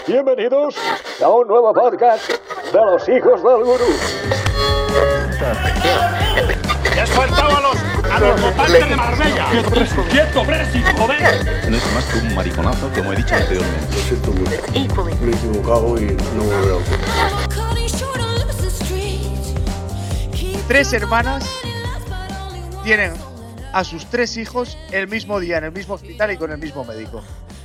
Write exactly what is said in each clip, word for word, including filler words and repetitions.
Bienvenidos a un nuevo podcast de los hijos del gurú. ¡Ya has faltado a los, a los votantes de Marbella! ¡Quieto, Brexit, joder! No es más que un mariconazo, como he dicho anteriormente. Lo siento mucho. Me he equivocado y no volveré a ocurrir. Tres hermanas tienen a sus tres hijos el mismo día en el mismo hospital y con el mismo médico.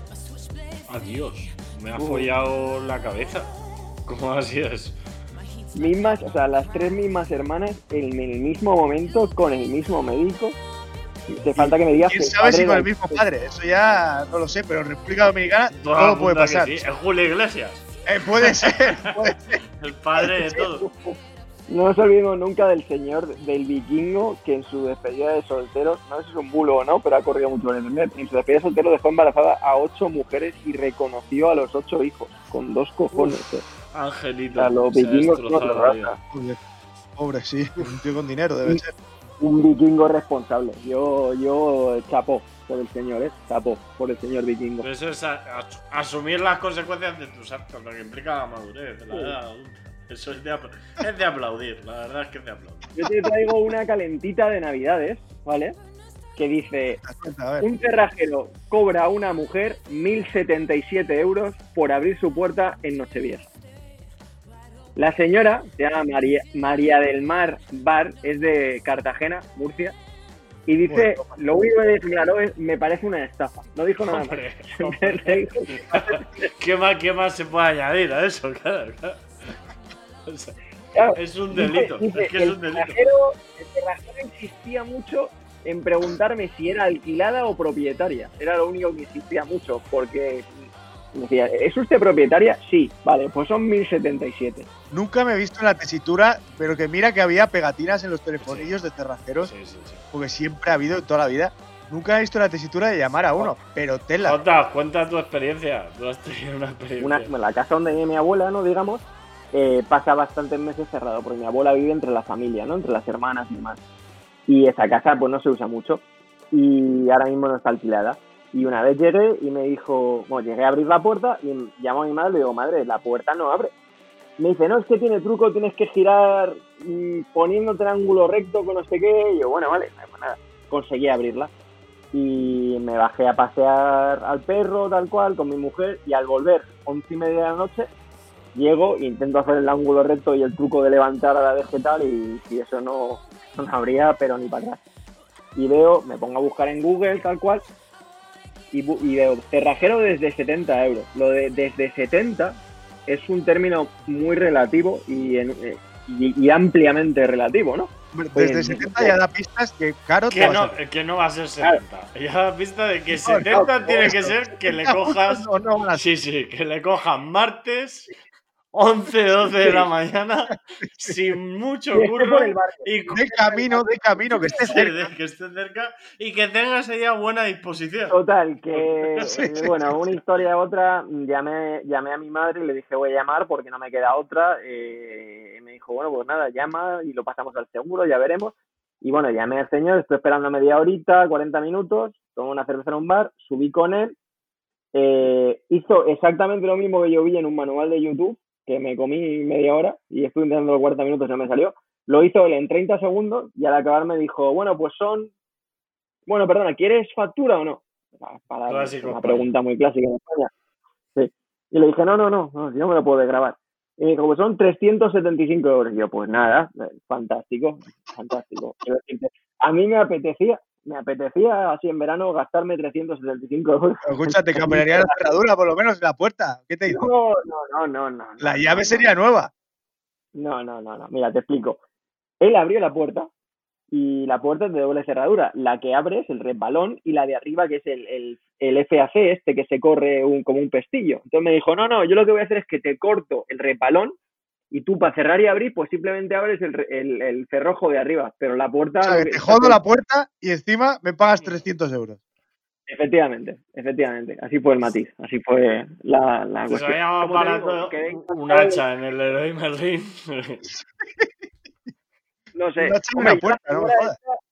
Adiós, me ha follado la cabeza. ¿Cómo así es? Mismas, o sea, las tres mismas hermanas en el mismo momento con el mismo médico. Te falta que me digas. ¿Quién sabe si con el mismo padre? Eso ya no lo sé, pero en República Dominicana todo, todo puede pasar. Sí. Es Julio Iglesias. Eh, puede ser, puede ser. El padre de todo. No nos olvidemos nunca del señor del vikingo que en su despedida de solteros, no sé si es un bulo o no, pero ha corrido mucho en internet. En su despedida de solteros dejó embarazada a ocho mujeres y reconoció a los ocho hijos, con dos cojones. Uf, eh. Angelito. A los vikingos no se raza. Pobre, sí, un tío con dinero debe ser. Un vikingo responsable. Yo, yo chapó por el señor, ¿eh? Chapó por el señor vikingo. Pero eso es a, a, asumir las consecuencias de tus actos, lo que implica la madurez, de la edad adulta. Eso es de, es de aplaudir, la verdad es que es de aplaudir. Yo te traigo una calentita de Navidades, ¿vale? Que dice, un cerrajero cobra a una mujer mil setenta y siete euros por abrir su puerta en Nochevieja. La señora se llama María, María del Mar Bar, es de Cartagena, Murcia, y dice, bueno, lo único que declaró es, me parece una estafa. No dijo nada hombre, más. Hombre. ¿Qué más. ¿Qué más se puede añadir a eso? Claro, claro. O sea, claro, es un delito. Dice, es que es un delito. Cerrajero, el cerrajero insistía mucho en preguntarme si era alquilada o propietaria. Era lo único que insistía mucho, porque decía, ¿es usted propietaria? Sí, vale, pues son mil setenta y siete. Nunca me he visto en la tesitura, pero que mira que había pegatinas en los telefonillos sí. de cerrajeros, sí, sí, sí. porque siempre ha habido en toda la vida. Nunca he visto la tesitura de llamar a uno, oh. pero tela. Jota, cuenta tu experiencia. Tú has tenido una experiencia. Una, bueno, la casa donde vive mi abuela, ¿no? Digamos, eh, pasa bastantes meses cerrado, porque mi abuela vive entre la familia, ¿no? Entre las hermanas y demás. Y esa casa, pues no se usa mucho. Y ahora mismo no está alquilada. Y una vez llegué y me dijo, bueno, llegué a abrir la puerta y llamo a mi madre y le digo, madre, la puerta no abre. Me dice, no, es que tiene truco, tienes que girar mmm, poniéndote en ángulo recto con no sé qué. Y yo, bueno, vale, pues nada, conseguí abrirla. Y me bajé a pasear al perro, tal cual, con mi mujer, y al volver, once y media de la noche, llego, intento hacer el ángulo recto y el truco de levantar a la vegetal y, y eso no, no habría, pero ni para atrás. Y veo, me pongo a buscar en Google, tal cual, y, y veo cerrajero desde setenta euros. Lo de desde setenta es un término muy relativo y, en, y, y ampliamente relativo, ¿no? Desde pues, setenta ya da pistas que caro que no, que no va a ser setenta. Claro. Ya da pista de que no, setenta no, tiene no, que ser que le cojas. No, no, no. Sí, sí, que le cojan martes, once, doce de la mañana, sin mucho curro. Y de camino, de camino, que esté cerca. Que esté cerca y que tenga ese día buena disposición. Total, que, sí, sí, bueno, una historia u otra, llamé, llamé a mi madre y le dije, voy a llamar porque no me queda otra. Eh, me dijo, bueno, pues nada, llama y lo pasamos al seguro, ya veremos. Y bueno, llamé al señor, estoy esperando media horita, cuarenta minutos, tomé una cerveza en un bar, subí con él. Eh, hizo exactamente lo mismo que yo vi en un manual de YouTube, que me comí media hora y estuve intentando los cuarenta minutos y no me salió. Lo hizo él en treinta segundos y al acabar me dijo, bueno, pues son... Bueno, perdona, ¿quieres factura o no? Para Clásico, una pregunta muy clásica en España. Sí. Y le dije, no, no, no, no, yo me lo puedo grabar. Y me dijo, pues son trescientos setenta y cinco euros. Y yo, pues nada, fantástico, fantástico. A mí me apetecía, me apetecía así en verano gastarme trescientos setenta y cinco euros. Pero escucha, te cambiaría la cerradura por lo menos en la puerta. ¿Qué te dijo? No, no, no, no, no. La llave sería nueva. No, no, no, no. Mira, te explico. Él abrió la puerta y la puerta es de doble cerradura. La que abre es el resbalón y la de arriba que es el, el, el F A C este que se corre un, como un pestillo. Entonces me dijo, no, no, yo lo que voy a hacer es que te corto el resbalón y tú para cerrar y abrir pues simplemente abres el, el, el cerrojo de arriba, pero la puerta... O sea, que te jodo la puerta y encima me pagas trescientos euros. Efectivamente, efectivamente. Así fue el matiz, así fue la, la cuestión. Se había barato un hacha en el Leroy Merlin. No sé. Un hacha en la puerta, no me jodas.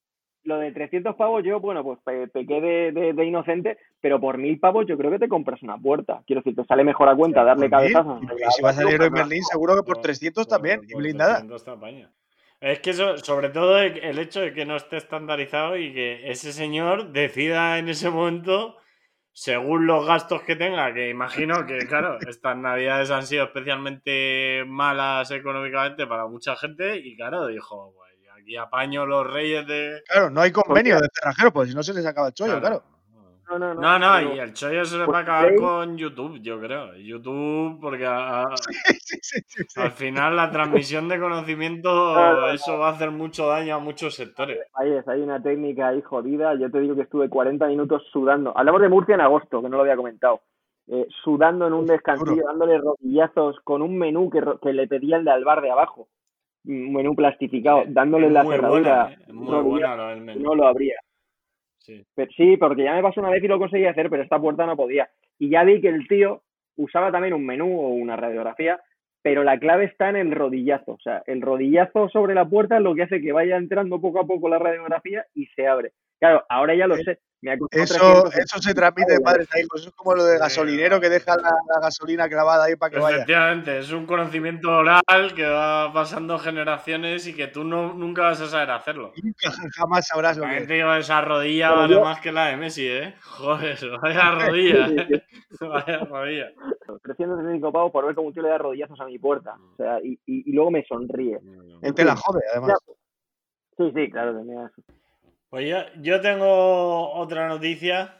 lo de trescientos pavos yo, bueno, pues pe pequé de, de, de inocente, pero por mil pavos yo creo que te compras una puerta. Quiero decir, te sale mejor a cuenta sí, darle cabezazos. Y si vas a salir en Berlín, seguro que por trescientos por, también, por, y blindada. Es que eso, sobre todo el hecho de que no esté estandarizado y que ese señor decida en ese momento, según los gastos que tenga, que imagino que, claro, estas navidades han sido especialmente malas económicamente para mucha gente y, claro, dijo, pues aquí apaño los reyes de... Claro, no hay convenio de cerrajeros, pues si no se les acaba el chollo, claro. claro. No, no, no, no, no pero... y el chollo se les va a acabar con YouTube, yo creo. YouTube, porque a, a, sí, sí, sí, sí, sí. al final la transmisión de conocimiento, claro, eso va a hacer mucho daño a muchos sectores. Ahí es, hay una técnica ahí jodida. Yo te digo que estuve cuarenta minutos sudando. Hablamos de Murcia en agosto, que no lo había comentado. Eh, sudando en un descansillo, dándole rodillazos con un menú que, que le pedía el de al bar de abajo. Un menú plastificado, eh, dándole la cerradura. Buena, eh, muy buena lo del menú. No lo abría. Sí. Pero, sí, porque ya me pasó una vez y lo conseguí hacer, pero esta puerta no podía. Y ya vi que el tío usaba también un menú o una radiografía, pero la clave está en el rodillazo. O sea, el rodillazo sobre la puerta es lo que hace que vaya entrando poco a poco la radiografía y se abre. Claro, ahora ya lo sé. Me eso, eso se transmite de padres a hijos. Eso es como lo de gasolinero que deja la, la gasolina clavada ahí para que vaya. Efectivamente, es un conocimiento oral que va pasando generaciones y que tú no, nunca vas a saber hacerlo. Nunca, jamás sabrás lo que es. Te digo, esa rodilla Pero vale yo... más que la de Messi, ¿eh? Joder, vaya rodilla, ¿eh? Vaya rodilla. trescientos sesenta y cinco pavos por ver cómo un tío le da rodillazos a mi puerta. O sea, y, y, y luego me sonríe. Él te la jode, además. Sí, sí, claro, tenía eso. Pues yo, yo tengo otra noticia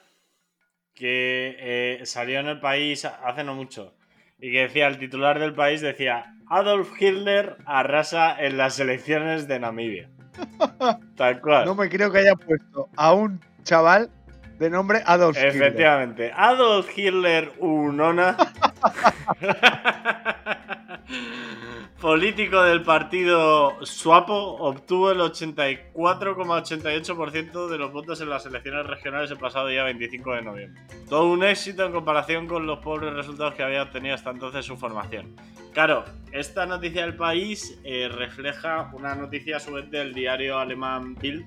que eh, salió en El País hace no mucho y que decía, el titular del País decía: Adolf Hitler arrasa en las elecciones de Namibia. Tal cual. No me creo que haya puesto a un chaval de nombre Adolf Hitler. Efectivamente. Adolf Hitler Unona, político del partido SWAPO, obtuvo el ochenta y cuatro coma ochenta y ocho por ciento de los votos en las elecciones regionales el pasado día veinticinco de noviembre. Todo un éxito en comparación con los pobres resultados que había obtenido hasta entonces su formación. Claro, esta noticia del País eh, refleja una noticia a su vez del diario alemán Bild.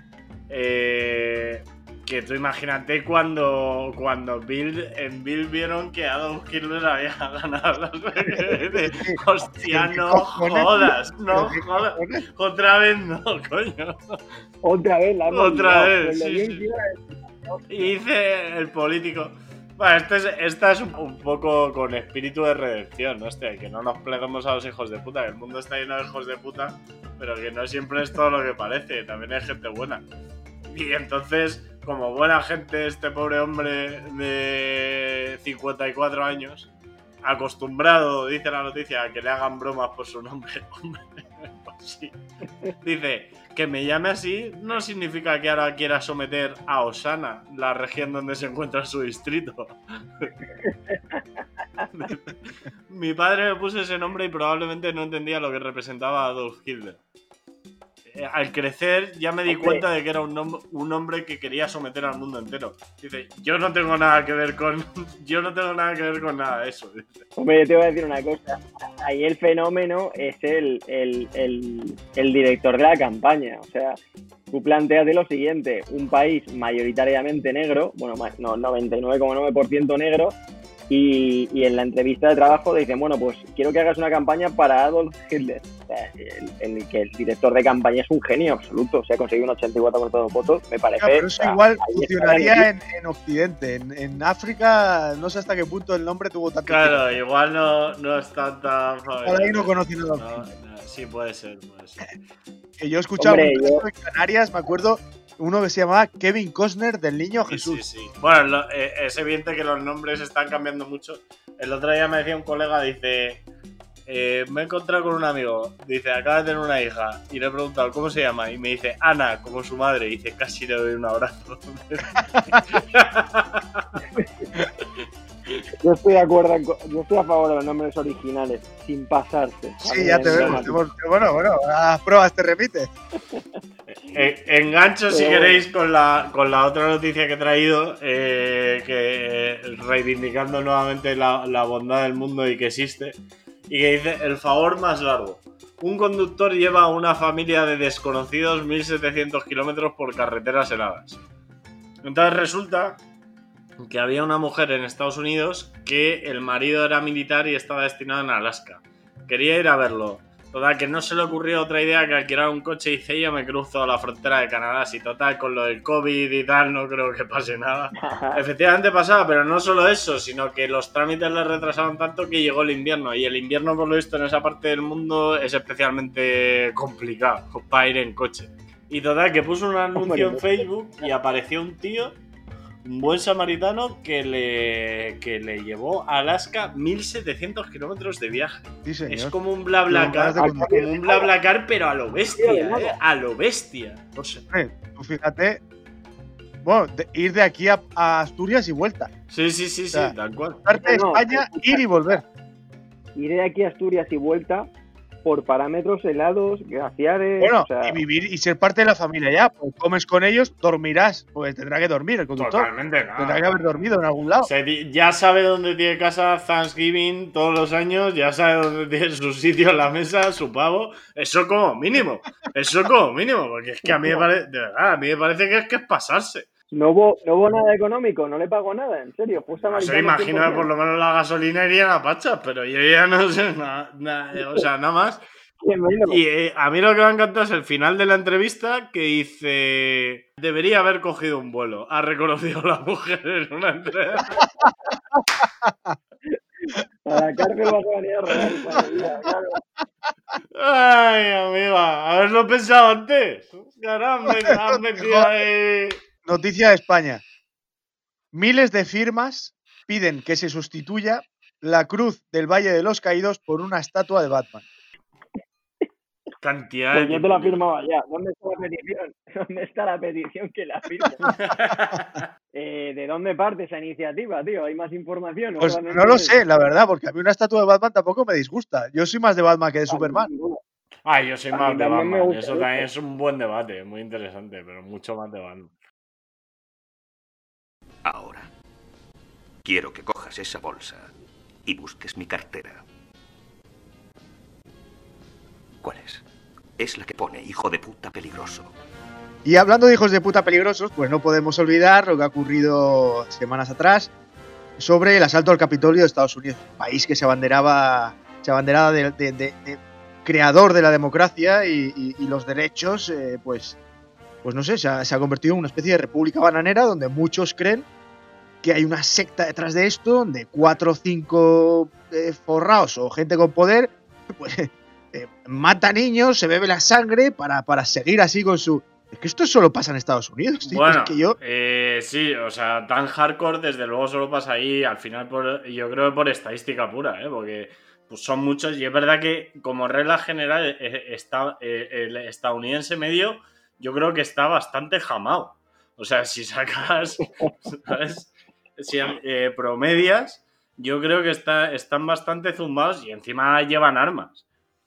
Eh... Que tú imagínate cuando, cuando Bill, en Bill vieron que Adolf Hitler había ganado las elecciones. Hostia, no jodas, no jodas. Otra vez no, coño. Otra vez, la Otra vez, sí, sí. Y dice el político. Bueno, esta es, esta es un, un poco con espíritu de redención, ¿no? Hostia, que no nos pleguemos a los hijos de puta, que el mundo está lleno de hijos de puta, pero que no siempre es todo lo que parece, también hay gente buena. Y entonces, como buena gente, este pobre hombre de cincuenta y cuatro años, acostumbrado, dice la noticia, a que le hagan bromas por su nombre, hombre, pues sí. Dice, que me llame así no significa que ahora quiera someter a Osana, la región donde se encuentra su distrito. Mi padre me puso ese nombre y probablemente no entendía lo que representaba Adolf Hitler. Al crecer ya me di cuenta de que era un, nom- un hombre que quería someter al mundo entero. Dice, yo no tengo nada que ver con yo no tengo nada que ver con nada de eso. Dice. Hombre, yo te voy a decir una cosa. Ahí el fenómeno es el, el, el, el director de la campaña. O sea, tú planteate lo siguiente: un país mayoritariamente negro, bueno, no, noventa y nueve coma nueve por ciento negro, y, y en la entrevista de trabajo dicen, bueno, pues quiero que hagas una campaña para Adolf Hitler. O sea, el, el, que el director de campaña es un genio absoluto, o sea, ha conseguido un ochenta y cuatro por ciento de los votos, me parece. Claro, pero eso o sea, igual funcionaría en, en Occidente, en, en África no sé hasta qué punto el nombre tuvo tanto Claro, tiempo. Igual no, no es tanta... Ahí no conocí nada. No, no, sí, puede ser, puede ser. Que yo he escuchado Hombre, mucho yo... en Canarias, me acuerdo, uno que se llamaba Kevin Costner del Niño Jesús. Sí, sí, sí. Bueno, lo, eh, es evidente que los nombres están cambiando mucho. El otro día me decía un colega, dice... Eh, me he encontrado con un amigo, dice, acaba de tener una hija, y le he preguntado cómo se llama, y me dice Ana, como su madre, y dice, casi le doy un abrazo. Yo estoy de acuerdo, yo estoy a favor de los nombres originales, sin pasarse. Sí, ya te vemos. Bueno, bueno, a las pruebas te repites. Eh, engancho si Pero... queréis con la, con la otra noticia que he traído, eh, que eh, reivindicando nuevamente la, la bondad del mundo y que existe. Y que dice, el favor más largo. Un conductor lleva a una familia de desconocidos mil setecientos kilómetros por carreteras heladas. Entonces resulta que había una mujer en Estados Unidos que el marido era militar y estaba destinado en Alaska. Quería ir a verlo. Total, que no se le ocurrió otra idea que alquilar un coche y dice, yo me cruzo la frontera de Canadá. Si total, con lo del COVID y tal, no creo que pase nada. Efectivamente pasaba, pero no solo eso, sino que los trámites le retrasaban tanto que llegó el invierno. Y el invierno, por lo visto, en esa parte del mundo es especialmente complicado para ir en coche. Y total, que puso un anuncio en Facebook y apareció un tío, un buen samaritano, que le, que le llevó a Alaska mil setecientos kilómetros de viaje. Sí, señor. Es como un BlaBlaCar, como un BlaBlaCar, pero a lo bestia, ¿eh? A lo bestia. No sé. Tú fíjate, bueno, de, ir de aquí a, a Asturias y vuelta. Sí, sí, sí, o sea, sí, tal cual. Parte de No, España, no, ir y volver. Ir de aquí a Asturias y vuelta por parámetros helados, glaciares. Bueno, o sea, y vivir y ser parte de la familia ya. Pues comes con ellos, dormirás. Pues tendrá que dormir el conductor. Totalmente, nada. Tendrá que haber dormido en algún lado. Se, ya sabe dónde tiene casa Thanksgiving todos los años, ya sabe dónde tiene su sitio en la mesa, su pavo. Eso como mínimo. Eso como mínimo. Porque es que a mí me parece, de verdad, a mí me parece que es que es pasarse. no hubo, no hubo nada económico, no le pagó nada, en serio. Fue Se samaritano imagino cien que por ciento. por lo menos la gasolina iría a pachas, pero yo ya no sé nada, nada, o sea, nada más. Qué menos. Y eh, a mí lo que me ha encantado es el final de la entrevista que dice: debería haber cogido un vuelo. Ha reconocido la mujer en una entrevista. A la cárcel vas a venir a robar esa vida, claro. Ay, amiga, haberlo pensado antes. Caramba, me has metido ahí. Noticia de España. Miles de firmas piden que se sustituya la cruz del Valle de los Caídos por una estatua de Batman. Cantidad Pues de yo te la tiempo. firmaba ya. ¿Dónde está la petición? ¿Dónde está la petición que la firme? eh, ¿De dónde parte esa iniciativa, tío? ¿Hay más información? Pues Ahora no lo sé. sé, la verdad, porque a mí una estatua de Batman tampoco me disgusta. Yo soy más de Batman que de Superman. Ay, yo soy A mí más de también me Batman. gusta Eso eso. también es un buen debate, muy interesante, pero mucho más de Batman. Ahora, quiero que cojas esa bolsa y busques mi cartera. ¿Cuál es? Es la que pone hijo de puta peligroso. Y hablando de hijos de puta peligrosos, pues no podemos olvidar lo que ha ocurrido semanas atrás sobre el asalto al Capitolio de Estados Unidos, país que se abanderaba, se abanderaba de, de, de, de creador de la democracia y, y, y los derechos, eh, pues, pues no sé, se ha, se ha convertido en una especie de república bananera donde muchos creen que hay una secta detrás de esto, donde cuatro o cinco eh, forraos o gente con poder, pues eh, mata niños, se bebe la sangre para, para seguir así con su... Es que esto solo pasa en Estados Unidos, tío. Bueno, es que yo... eh, sí, o sea, tan hardcore desde luego solo pasa ahí, al final por, yo creo que por estadística pura, ¿eh? Porque pues, son muchos y es verdad que como regla general eh, está, eh, el estadounidense medio yo creo que está bastante jamado. O sea, si sacas, ¿sabes? Si eh, promedias, yo creo que está, están bastante zumbados y encima llevan armas.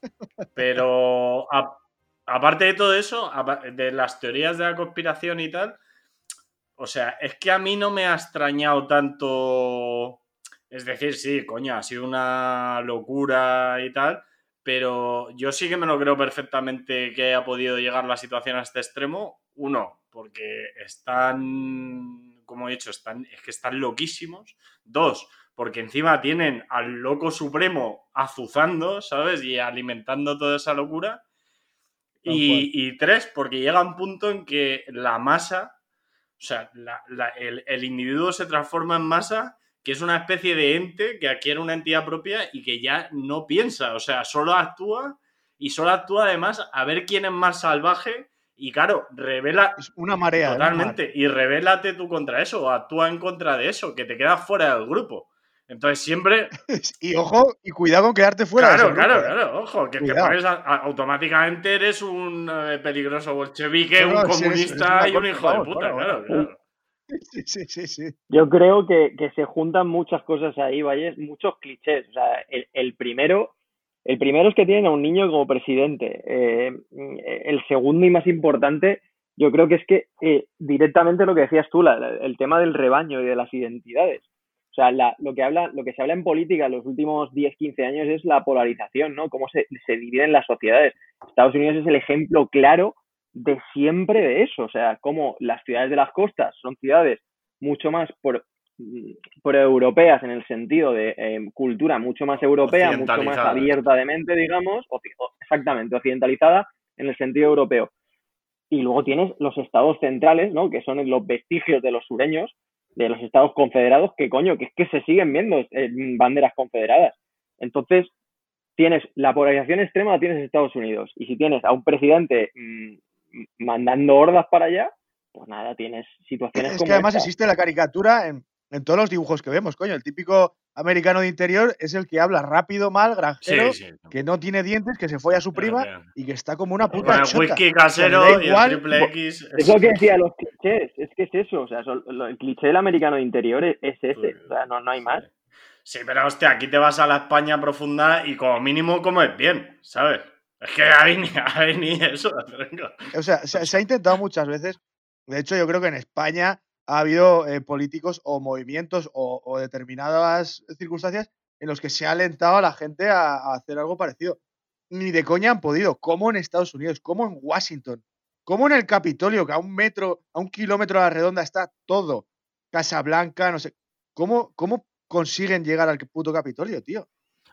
Pero a, aparte de todo eso, de las teorías de la conspiración y tal, o sea, es que a mí no me ha extrañado tanto. Es decir, sí, coño, ha sido una locura y tal, pero yo sí que me lo creo perfectamente que haya podido llegar la situación a este extremo. Uno, porque están, como he dicho, están, es que están loquísimos. Dos, porque encima tienen al loco supremo azuzando, ¿sabes? Y alimentando toda esa locura. Y, y tres, porque llega un punto en que la masa, o sea, la, la, el, el individuo se transforma en masa, que es una especie de ente que adquiere una entidad propia y que ya no piensa, o sea, solo actúa y solo actúa además a ver quién es más salvaje y claro, revela... Es una marea. Totalmente, una y revélate tú contra eso o actúa en contra de eso, que te quedas fuera del grupo. Entonces siempre... Y ojo, y cuidado con quedarte fuera. Claro, de ese grupo, claro, ¿eh? claro, ojo, que Cuidado. te pones a, a, automáticamente eres un eh, peligroso bolchevique, No, no, un eres- comunista eres y un una hijo de cosa, puta, vamos, claro, claro. Sí, sí, sí, sí. Yo creo que, que se juntan muchas cosas ahí, Valles, muchos clichés. O sea, el, el primero, el primero es que tienen a un niño como presidente. Eh, el segundo y más importante, yo creo que es que eh, directamente lo que decías tú, la, la, el tema del rebaño y de las identidades. O sea, la, lo que habla, lo que se habla en política en los últimos diez, quince años es la polarización, ¿no? Cómo se, se dividen las sociedades. Estados Unidos es el ejemplo claro de siempre de eso. O sea, cómo las ciudades de las costas son ciudades mucho más por, por europeas en el sentido de eh, cultura mucho más europea, mucho más abierta de mente, digamos, o, exactamente, occidentalizada en el sentido europeo. Y luego tienes los estados centrales, ¿no? Que son los vestigios de los sureños, de los estados confederados, que coño, que es que se siguen viendo eh, banderas confederadas. Entonces, tienes la polarización extrema, la tienes en Estados Unidos. Y si tienes a un presidente mmm, mandando hordas para allá, pues nada, tienes situaciones es como que además esta. Existe la caricatura en, en todos los dibujos que vemos, coño. El típico americano de interior es el que habla rápido, mal, granjero, sí, sí. que no tiene dientes, que se folla a su prima Pero, y que está como una puta con chota. el whisky casero y el triple X. Es lo que decía, los clichés, es que es eso. O sea, son, lo, el cliché del americano de interior es, es ese. O sea, no, no hay más. Sí, pero hostia, aquí te vas a la España profunda y como mínimo comes bien, ¿sabes? Es que ahí ni, ahí ni eso. O sea, se, se ha intentado muchas veces. De hecho, yo creo que en España ha habido eh, políticos o movimientos o, o determinadas circunstancias en los que se ha alentado a la gente a, a hacer algo parecido. Ni de coña han podido. Como en Estados Unidos, como en Washington, como en el Capitolio, que a un metro, a un kilómetro a la redonda está todo. Casa Blanca, no sé. ¿Cómo, cómo consiguen llegar al puto Capitolio, tío?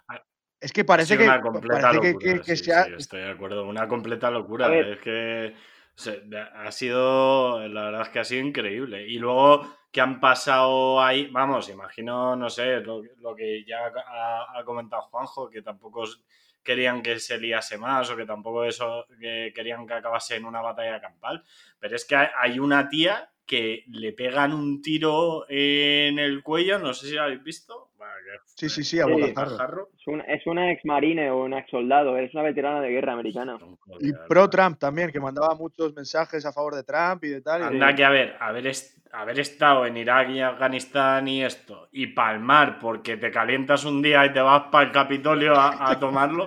Es que parece que, una completa parece locura, que, que, que sí, sea... sí, estoy de acuerdo. Una completa locura. Es que se, ha sido, la verdad es que ha sido increíble. Y luego que han pasado ahí, vamos, imagino, no sé, lo, lo que ya ha, ha comentado Juanjo, que tampoco querían que se liase más o que tampoco eso que querían que acabase en una batalla campal. Pero es que hay una tía que le pegan un tiro en el cuello, no sé si lo habéis visto. Bueno, sí, sí, sí, a bocajarro. Es una, es una ex marine o una ex soldado, es una veterana de guerra americana. Y pro Trump también, que mandaba muchos mensajes a favor de Trump y de tal. Anda y... que a ver, haber, est haber estado en Irak y Afganistán y esto, y palmar porque te calientas un día y te vas para el Capitolio a, a tomarlo.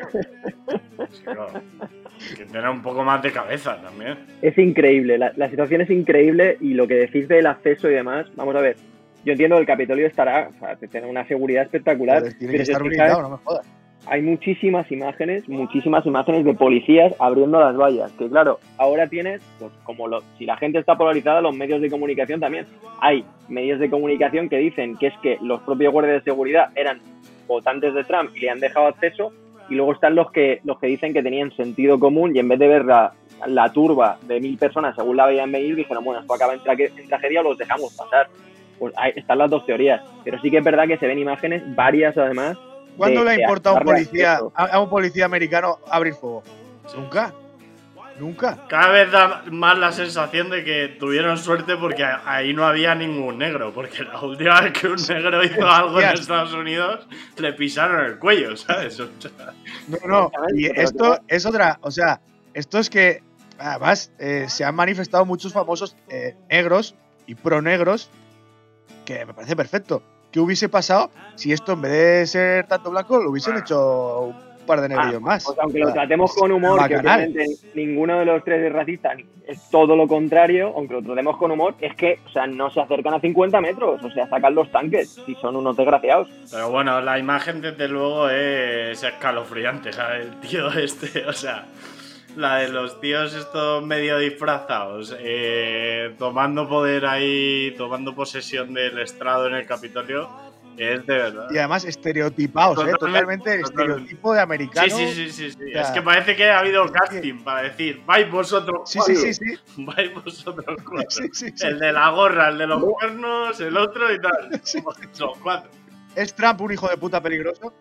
Sí, claro. Que tener un poco más de cabeza también. Es increíble, la, la situación es increíble y lo que decís del acceso y demás, vamos a ver, yo entiendo que el Capitolio estará, o sea, tiene una seguridad espectacular. Pues tiene que estar blindado, no me jodas. Hay muchísimas imágenes, muchísimas imágenes de policías abriendo las vallas, que claro, ahora tienes, pues como lo, si la gente está polarizada, los medios de comunicación también. Hay medios de comunicación que dicen que es que los propios guardias de seguridad eran votantes de Trump y le han dejado acceso, y luego están los que los que dicen que tenían sentido común y en vez de ver la, la turba de mil personas según la veían venir, dijeron, bueno, esto acaba en, tra en tragedia o los dejamos pasar. Pues ahí están las dos teorías, pero sí que es verdad que se ven imágenes, varias además. ¿Cuándo le ha importado a un policía, a, a un policía americano abrir fuego? Nunca. Nunca. Cada vez da más la sensación de que tuvieron suerte porque ahí no había ningún negro. Porque la última vez que un negro hizo algo en Estados Unidos, le pisaron el cuello, ¿sabes? No, no. Y esto es otra. O sea, esto es que, además, eh, se han manifestado muchos famosos eh, negros y pro-negros, que me parece perfecto. ¿Qué hubiese pasado si esto, en vez de ser tanto blanco, lo hubiesen bueno. hecho un par de negrillos ah, más? Pues aunque lo tratemos con humor, bacanal. Que obviamente ninguno de los tres es racista, es todo lo contrario, aunque lo tratemos con humor, es que, o sea, no se acercan a cincuenta metros, o sea, sacan los tanques, si son unos desgraciados. Pero bueno, la imagen, desde luego, es escalofriante, ¿sabes? El tío este, o sea... La de los tíos estos medio disfrazados, eh, tomando poder ahí, tomando posesión del estrado en el Capitolio, es de verdad. Y además estereotipados, totalmente, ¿eh? Totalmente el estereotipo de americano. Sí, sí, sí, sí, sí. O sea, es que parece que ha habido casting sí. para decir, vais vosotros sí, cuatro, sí, sí, sí. vais vosotros cuatro. Sí, sí, sí. El de la gorra, el de los cuernos, el otro y tal. Sí. Son cuatro. ¿Es Trump un hijo de puta peligroso?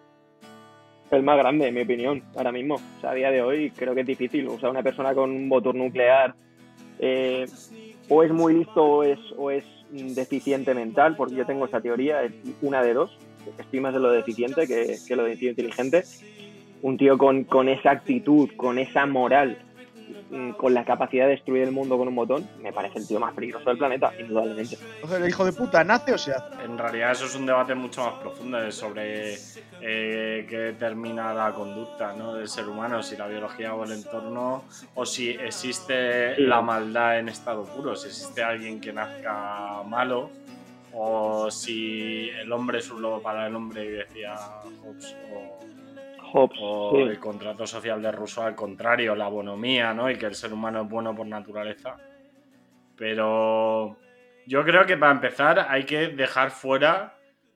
El más grande, en mi opinión, ahora mismo. O sea, a día de hoy creo que es difícil. O sea, una persona con un motor nuclear eh, o es muy listo o es, o es deficiente mental, porque yo tengo esa teoría, es una de dos. Estoy más de lo deficiente que, que lo de inteligente. Un tío con, con esa actitud, con esa moral, con la capacidad de destruir el mundo con un botón, me parece el tío más peligroso del planeta, indudablemente. O sea, el hijo de puta, ¿nace o se hace? En realidad eso es un debate mucho más profundo sobre eh, qué determina la conducta, ¿no?, del ser humano, si la biología o el entorno, o si existe sí. la maldad en estado puro, si existe alguien que nazca malo o si el hombre es un lobo para el hombre, que decía Hobbes, o, Hobbes, o sí. el contrato social de Rousseau, al contrario, la bonomía, ¿no? Y que el ser humano es bueno por naturaleza. Pero yo creo que para empezar hay que dejar fuera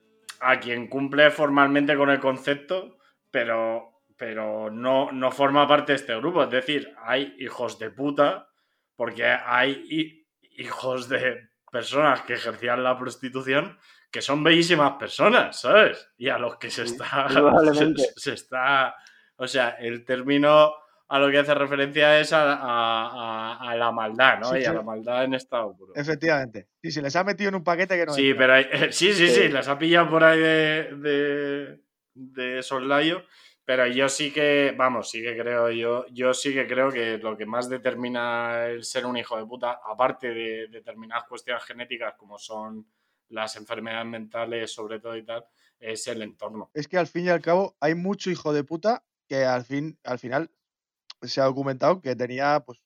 a quien cumple formalmente con el concepto, pero, pero no, no forma parte de este grupo. Es decir, hay hijos de puta, porque hay hi- hijos de personas que ejercían la prostitución que son bellísimas personas, ¿sabes? Y a los que se está... se, Indudablemente. se está... O sea, el término a lo que hace referencia es a, a- a- a la maldad, ¿no? Sí, Y sí. a la maldad en estado puro. Efectivamente. Sí, se les ha metido en un paquete que no Sí, entra. pero hay- sí, sí, sí, Sí. las ha pillado por ahí de, de, de soslayo, pero yo sí que, vamos, sí que creo, yo, yo sí que creo que lo que más determina el ser un hijo de puta, aparte de determinadas cuestiones genéticas como son las enfermedades mentales, sobre todo y tal, es el entorno. Es que al fin y al cabo hay mucho hijo de puta que al fin, al final se ha documentado que tenía pues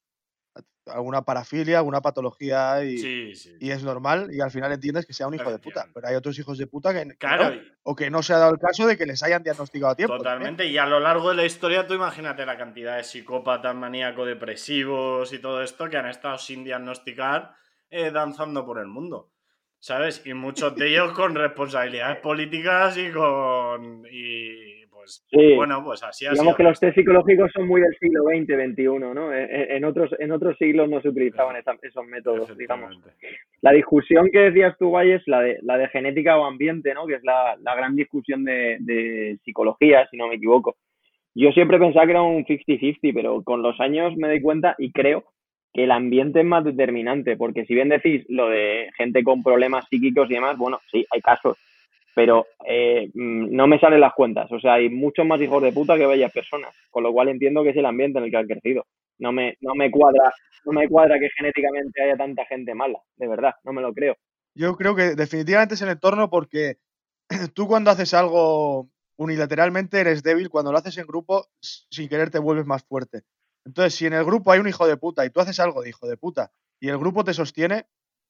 alguna parafilia, alguna patología y, Sí, sí. y es normal y al final entiendes que sea un hijo de puta. Efectivamente. Pero hay otros hijos de puta que, que Claro, no, y- o que no se ha dado el caso de que les hayan diagnosticado a tiempo. también. totalmente, y a lo largo de la historia tú imagínate la cantidad de psicópatas, maníaco-depresivos y todo esto que han estado sin diagnosticar eh, danzando por el mundo, ¿sabes? Y muchos de ellos con responsabilidades políticas y con... y pues, Sí. bueno, pues así ha Digamos sido. que los test psicológicos son muy del siglo veinte, veintiuno, ¿no? En, en otros, en otros siglos no se utilizaban esa- esos métodos, digamos. Efectivamente. La discusión que decías tú, Guay, es la de, la de genética o ambiente, ¿no? Que es la, la gran discusión de, de psicología, si no me equivoco. Yo siempre pensaba que era un cincuenta cincuenta, pero con los años me doy cuenta y creo que el ambiente es más determinante, porque si bien decís lo de gente con problemas psíquicos y demás, bueno, sí, hay casos, pero eh, mm, no me salen las cuentas. O sea, hay muchos más hijos de puta que bellas personas, con lo cual entiendo que es el ambiente en el que han crecido. No me, no me cuadra, no me cuadra que genéticamente haya tanta gente mala, de verdad, no me lo creo. Yo creo que definitivamente es el entorno porque tú cuando haces algo unilateralmente eres débil, cuando lo haces en grupo, s- sin querer te vuelves más fuerte. Entonces, si en el grupo hay un hijo de puta y tú haces algo de hijo de puta y el grupo te sostiene,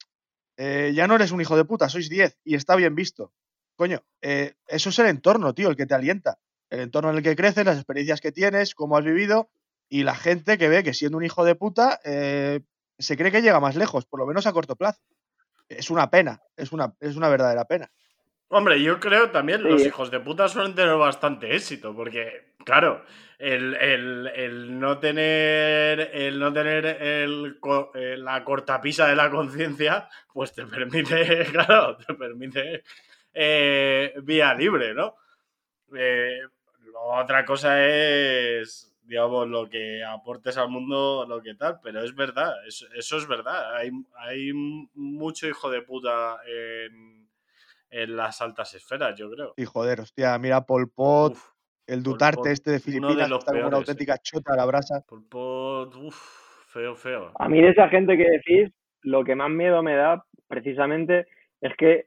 eh, ya no eres un hijo de puta, sois diez y está bien visto. Coño, eh, eso es el entorno, tío, el que te alienta. El entorno en el que creces, las experiencias que tienes, cómo has vivido y la gente que ve que siendo un hijo de puta eh, se cree que llega más lejos, por lo menos a corto plazo. Es una pena, es una, es una verdadera pena. Hombre, yo creo también Sí. los hijos de puta suelen tener bastante éxito, porque, claro, el, el- el no tener, el no tener el co- eh, la cortapisa de la conciencia, pues te permite, claro, te permite eh, vía libre, ¿no? Eh, lo- otra cosa es, digamos, lo que aportes al mundo, lo que tal, pero es verdad, eso, eso es verdad. Hay, hay mucho hijo de puta en en las altas esferas, yo creo. Y joder, hostia, mira Pol Pot, Uf, el Pol Duterte Pot, este de uno de Filipinas, que los está como una peores. auténtica eh. chota a la brasa. Pol Pot, uff, feo, feo. A mí de esa gente que decís, lo que más miedo me da precisamente es que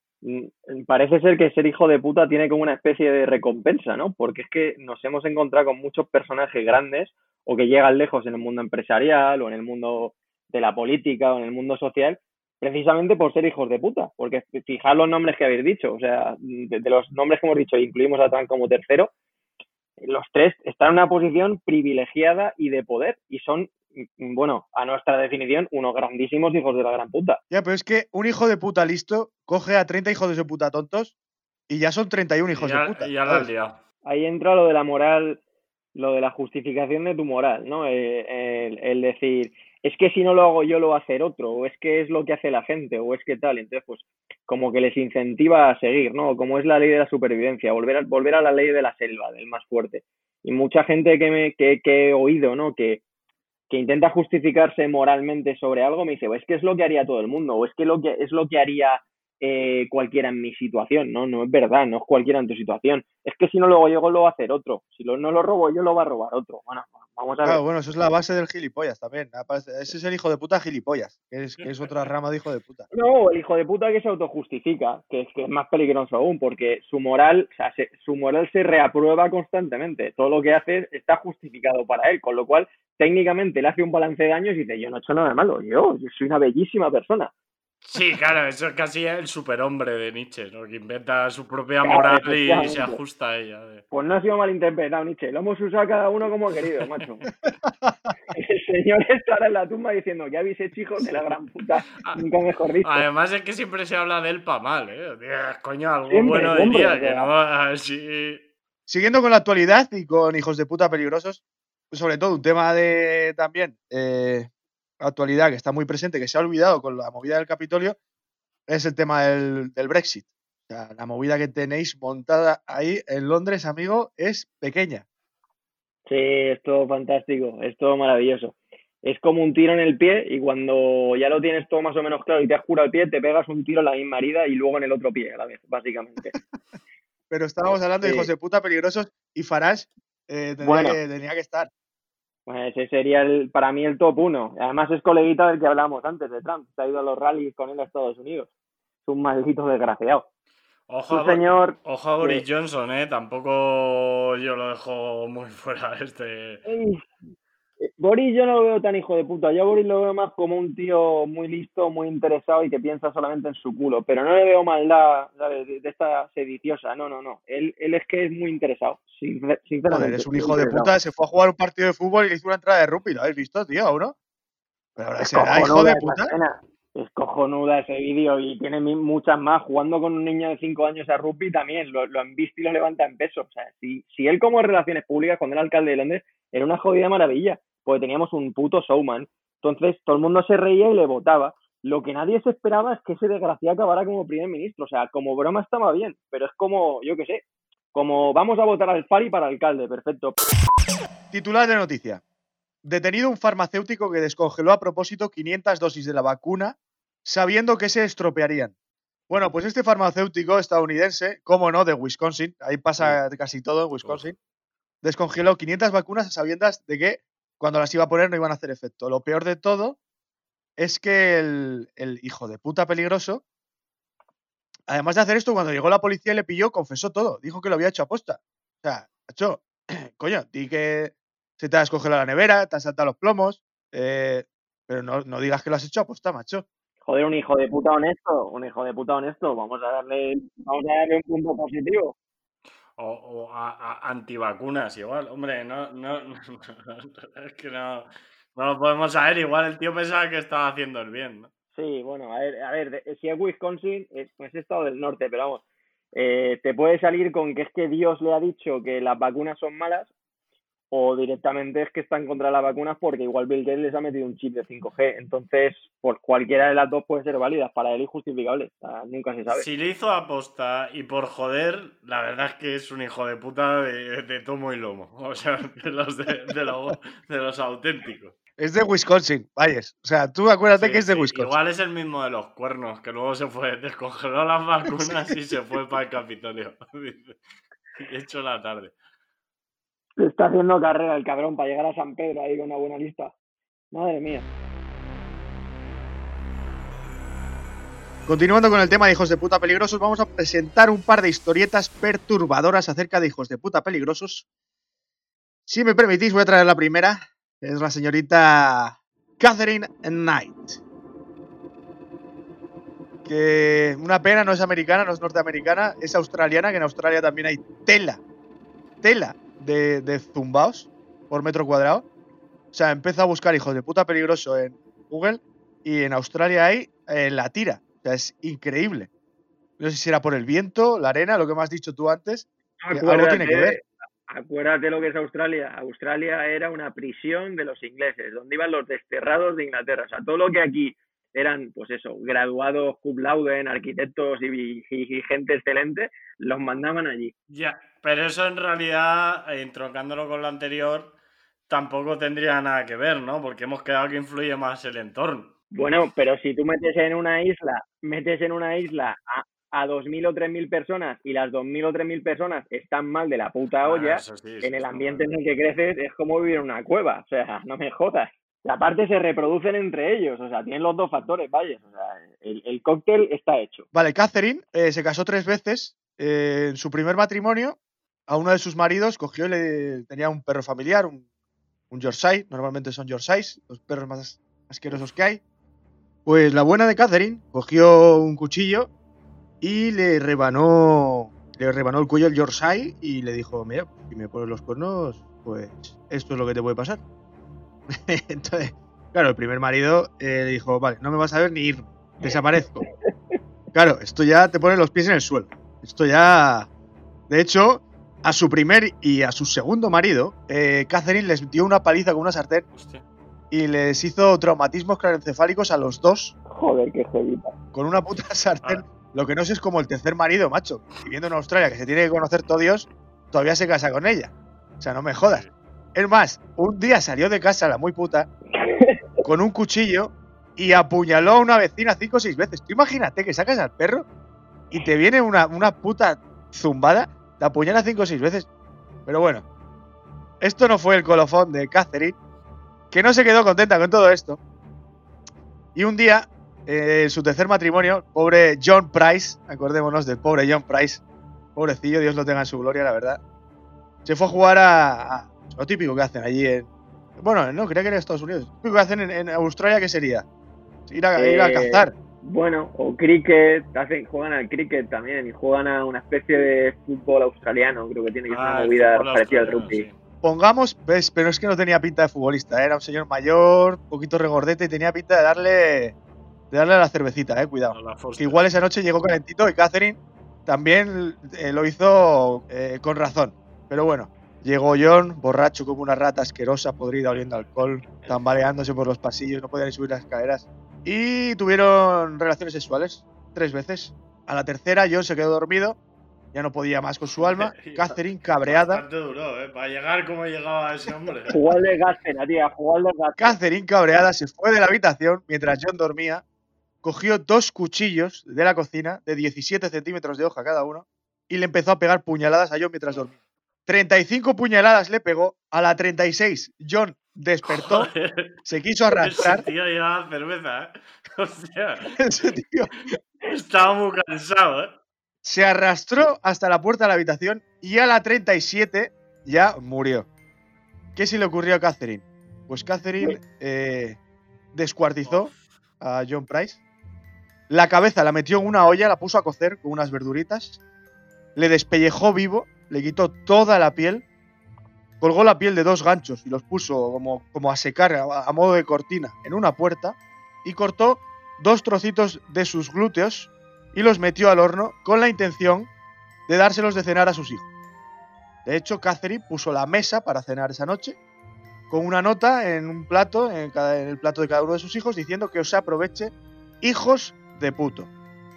mm, parece ser que ser hijo de puta tiene como una especie de recompensa, ¿no? Porque es que nos hemos encontrado con muchos personajes grandes o que llegan lejos en el mundo empresarial o en el mundo de la política o en el mundo social precisamente por ser hijos de puta. Porque fijaos los nombres que habéis dicho, o sea, de, de los nombres que hemos dicho, incluimos a Trump como tercero, los tres están en una posición privilegiada y de poder y son, bueno, a nuestra definición, unos grandísimos hijos de la gran puta. Ya, pero es que un hijo de puta listo coge a treinta hijos de puta tontos y ya son treinta y uno hijos ya, de puta. Ya la has ¿sabes? liado. Ahí entra lo de la moral, lo de la justificación de tu moral, ¿no? Eh, el, el decir, es que si no lo hago yo lo va a hacer otro, o es que es lo que hace la gente, o es que tal. Entonces, pues, como que les incentiva a seguir, ¿no? Como es la ley de la supervivencia, volver a, volver a la ley de la selva, del más fuerte. Y mucha gente que, me, que, que he oído, ¿no? Que, que intenta justificarse moralmente sobre algo, me dice, o es que es lo que haría todo el mundo, o es que, lo que es lo que haría eh, cualquiera en mi situación, ¿no? No es verdad, no es cualquiera en tu situación. Es que si no lo hago yo, lo va a hacer otro. Si lo, no lo robo yo, lo va a robar otro. Bueno, vamos a ver. Claro, bueno, eso es la base del gilipollas también. Ese es el hijo de puta gilipollas, que es, que es otra rama de hijo de puta. No, el hijo de puta que se autojustifica, que es que es más peligroso aún, porque su moral, o sea, se, su moral se reaprueba constantemente. Todo lo que hace está justificado para él, con lo cual técnicamente le hace un balance de daños y dice, yo no he hecho nada malo, yo, yo soy una bellísima persona. Sí, claro, eso es casi el superhombre de Nietzsche, ¿no? Que inventa su propia Claro, moral y efectivamente. se ajusta a ella. eh. Pues no ha sido malinterpretado, Nietzsche. Lo hemos usado cada uno como ha querido, macho. El señor estará en la tumba diciendo que habéis hecho hijos de la gran puta. Nunca mejor dicho. Además es que siempre se habla de él para mal, ¿eh? Dios, coño, algo Siempre, bueno siempre, diría, o sea. que no así... Siguiendo con la actualidad y con hijos de puta peligrosos, sobre todo un tema de también eh, actualidad que está muy presente, que se ha olvidado con la movida del Capitolio, es el tema del, del Brexit. O sea, la movida que tenéis montada ahí en Londres, amigo, es pequeña. Sí, es todo fantástico, es todo maravilloso. Es como un tiro en el pie y cuando ya lo tienes todo más o menos claro y te has curado el pie, te pegas un tiro en la misma herida y luego en el otro pie a la vez, básicamente. Pero estábamos hablando Sí. de hijos de puta peligrosos y Farage eh, tendría, Bueno. que, tenía que estar. Pues ese sería el, para mí el top uno. Además es coleguita del que hablábamos antes, de Trump. Se ha ido a los rallies con él a Estados Unidos. Es un maldito desgraciado. Ojo, Un señor... ojo a Boris que- Johnson, ¿eh? Tampoco yo lo dejo muy fuera este... Ey, Boris yo no lo veo tan hijo de puta. Yo a Boris lo veo más como un tío muy listo, muy interesado y que piensa solamente en su culo. Pero no le veo maldad ¿sabes? de, de esta sediciosa. No, no, no. Él, él es que es muy interesado. Sincer- Sinceramente. Joder, es un muy hijo de interesado. puta, se fue a jugar un partido de fútbol y le hizo una entrada de rugby. ¿Lo habéis visto, tío, o no? Pero ahora Es será hijo cojonuda de esa puta. escena. Es cojonuda ese vídeo y tiene mi- muchas más. Jugando con un niño de cinco años a rugby también. Lo, lo han visto y lo levanta en peso. O sea, si, si él como relaciones públicas, cuando era alcalde de Londres, era una jodida maravilla. Porque teníamos un puto showman. Entonces todo el mundo se reía y le votaba. Lo que nadie se esperaba es que ese desgraciado acabara como primer ministro. O sea, como broma estaba bien. Pero es como, yo qué sé, como vamos a votar al Fari para alcalde. Perfecto. Titular de noticia. Detenido un farmacéutico que descongeló a propósito quinientas dosis de la vacuna sabiendo que se estropearían. Bueno, pues este farmacéutico estadounidense, cómo no, de Wisconsin, ahí pasa casi todo en Wisconsin, descongeló quinientas vacunas a sabiendas de que cuando las iba a poner no iban a hacer efecto. Lo peor de todo es que el, el hijo de puta peligroso, además de hacer esto, cuando llegó la policía y le pilló, confesó todo. Dijo que lo había hecho a posta. O sea, macho, coño, di que se te ha descongelado la nevera, te has saltado los plomos, eh, pero no, no digas que lo has hecho a posta, macho. Joder, un hijo de puta honesto. Un hijo de puta honesto. Vamos a darle, vamos a darle un punto positivo. O, o a, a antivacunas igual. Hombre, no, no, no, es que no, no lo podemos saber. Igual el tío pensaba que estaba haciendo el bien, ¿no? Sí, bueno, a ver, a ver, de- si es Wisconsin, es, es estado del norte, pero vamos, eh, te puede salir con que es que Dios le ha dicho que las vacunas son malas o directamente es que están contra las vacunas porque igual Bill Gates les ha metido un chip de cinco G. Entonces, pues cualquiera de las dos puede ser válida. Para él injustificable. O sea, nunca se sabe. Si le hizo aposta y por joder, la verdad es que es un hijo de puta de, de tomo y lomo. O sea, de los, de, de los, de los auténticos. Es de Wisconsin, vayas. O sea, tú acuérdate Sí, que es de sí, Wisconsin. igual es el mismo de los cuernos, que luego se fue, descongeló las vacunas y se fue para el Capitolio. He hecho la tarde. Está haciendo carrera el cabrón para llegar a San Pedro ahí con una buena lista. Madre mía. Continuando con el tema de hijos de puta peligrosos, vamos a presentar un par de historietas perturbadoras acerca de hijos de puta peligrosos. Si me permitís, voy a traer la primera. Es la señorita Catherine Knight. Que una pena, no es americana, no es norteamericana, es australiana, que en Australia también hay tela, tela de, de zumbaos por metro cuadrado. O sea, empieza a buscar hijos de puta peligroso en Google y en Australia hay eh, la tira. O sea, es increíble. No sé si era por el viento, la arena, lo que me has dicho tú antes. Que algo tiene que ver. Acuérdate lo que es Australia. Australia era una prisión de los ingleses, donde iban los desterrados de Inglaterra. O sea, todo lo que aquí eran, pues eso, graduados, cum laude, arquitectos y, y, y gente excelente, los mandaban allí. Ya, pero eso en realidad, eh, entroncándolo con lo anterior, tampoco tendría nada que ver, ¿no? Porque hemos quedado que influye más el entorno. Bueno, pero si tú metes en una isla, metes en una isla a, a dos mil o tres mil personas y las dos mil o tres mil personas están mal de la puta olla, Ah, eso sí, eso en el sí, ambiente sí. en el que creces es como vivir en una cueva. O sea, no me jodas. Y aparte se reproducen entre ellos, o sea, tienen los dos factores, vaya. O sea, el, el cóctel está hecho. Vale, Catherine eh, se casó tres veces. Eh, en su primer matrimonio, a uno de sus maridos cogió y le tenía un perro familiar, un, un Yorkshire. Normalmente son Yorkshires, los perros más asquerosos que hay. Pues la buena de Catherine cogió un cuchillo y le rebanó, le rebanó el cuello al Yorkshire y le dijo, mira, si me pones los cuernos, pues esto es lo que te puede pasar. Entonces, claro, el primer marido eh, le dijo, vale, no me vas a ver ni ir, desaparezco. Claro, esto ya te pone los pies en el suelo. Esto ya... De hecho, a su primer y a su segundo marido, eh, Catherine les dio una paliza con una sartén. Hostia. Y les hizo traumatismos craneoencefálicos a los dos. Joder, qué jodita. Con una puta sartén. Ah. Lo que no sé es como el tercer marido, macho. Viviendo en Australia, que se tiene que conocer todo Dios, todavía se casa con ella. O sea, no me jodas. Es más, un día salió de casa la muy puta con un cuchillo y apuñaló a una vecina cinco o seis veces. Tú imagínate que sacas al perro y te viene una, una puta zumbada, te apuñala cinco o seis veces. Pero bueno, esto no fue el colofón de Catherine, que no se quedó contenta con todo esto. Y un día, eh, en su tercer matrimonio, pobre John Price, acordémonos del pobre John Price, pobrecillo, Dios lo tenga en su gloria, la verdad, se fue a jugar a, a lo típico que hacen allí en... Bueno, no, creía que era en Estados Unidos. Lo típico que hacen en, en Australia, ¿qué sería? Ir a, eh, ir a cazar. Bueno, o cricket, hacen, juegan al cricket también y juegan a una especie de fútbol australiano, creo que tiene que ser Ah, una el movida fútbol parecida al australiano, rugby. sí. Pongamos, ves, pero es que no tenía pinta de futbolista, ¿eh? Era un señor mayor, un poquito regordete y tenía pinta de darle de darle a la cervecita, eh, cuidado. A la Foster. Que igual esa noche llegó calentito y Catherine también eh, lo hizo eh, con razón. Pero bueno, llegó John, borracho como una rata asquerosa, podrida, oliendo alcohol, tambaleándose por los pasillos, no podía ni subir las escaleras. Y tuvieron relaciones sexuales tres veces. A la tercera, John se quedó dormido, ya no podía más con su alma. Catherine, cabreada. Bastante duro, ¿eh? Para llegar como llegaba ese hombre. Jugar de Gáspera, tía, jugar de Gáspera. Catherine, cabreada, se fue de la habitación mientras John dormía, cogió dos cuchillos de la cocina de diecisiete centímetros de hoja cada uno y le empezó a pegar puñaladas a John mientras dormía. treinta y cinco puñaladas le pegó. A la treinta y seis, John despertó, Joder, se quiso arrastrar. ese tío llevaba cerveza, ¿eh? O sea, Ese tío estaba muy cansado, ¿eh? se arrastró hasta la puerta de la habitación y a la treinta y siete ya murió. ¿Qué se le ocurrió a Catherine? Pues Catherine eh, descuartizó a John Price, la cabeza la metió en una olla, la puso a cocer con unas verduritas, le despellejó vivo, le quitó toda la piel, colgó la piel de dos ganchos y los puso como, como a secar a, a modo de cortina en una puerta y cortó dos trocitos de sus glúteos y los metió al horno con la intención de dárselos de cenar a sus hijos. De hecho, Catherine puso la mesa para cenar esa noche con una nota en un plato, en, cada, en el plato de cada uno de sus hijos, diciendo que os aproveche, hijos de puto.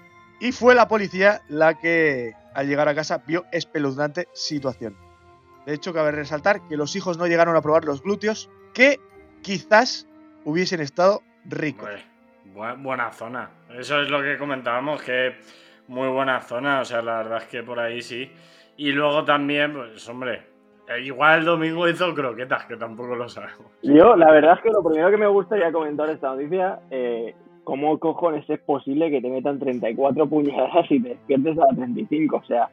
Y fue la policía la que, al llegar a casa, vio espeluznante situación. De hecho, cabe resaltar que los hijos no llegaron a probar los glúteos, que quizás hubiesen estado ricos. Pues, buena zona. Eso es lo que comentábamos, que muy buena zona. O sea, la verdad es que por ahí sí. Y luego también, pues, hombre, igual el domingo hizo croquetas, que tampoco lo sabemos. Yo, la verdad es que lo primero que me gustaría comentar esta noticia, eh, ¿cómo cojones es posible que te metan treinta y cuatro puñaladas y te despiertes a las treinta y cinco? O sea,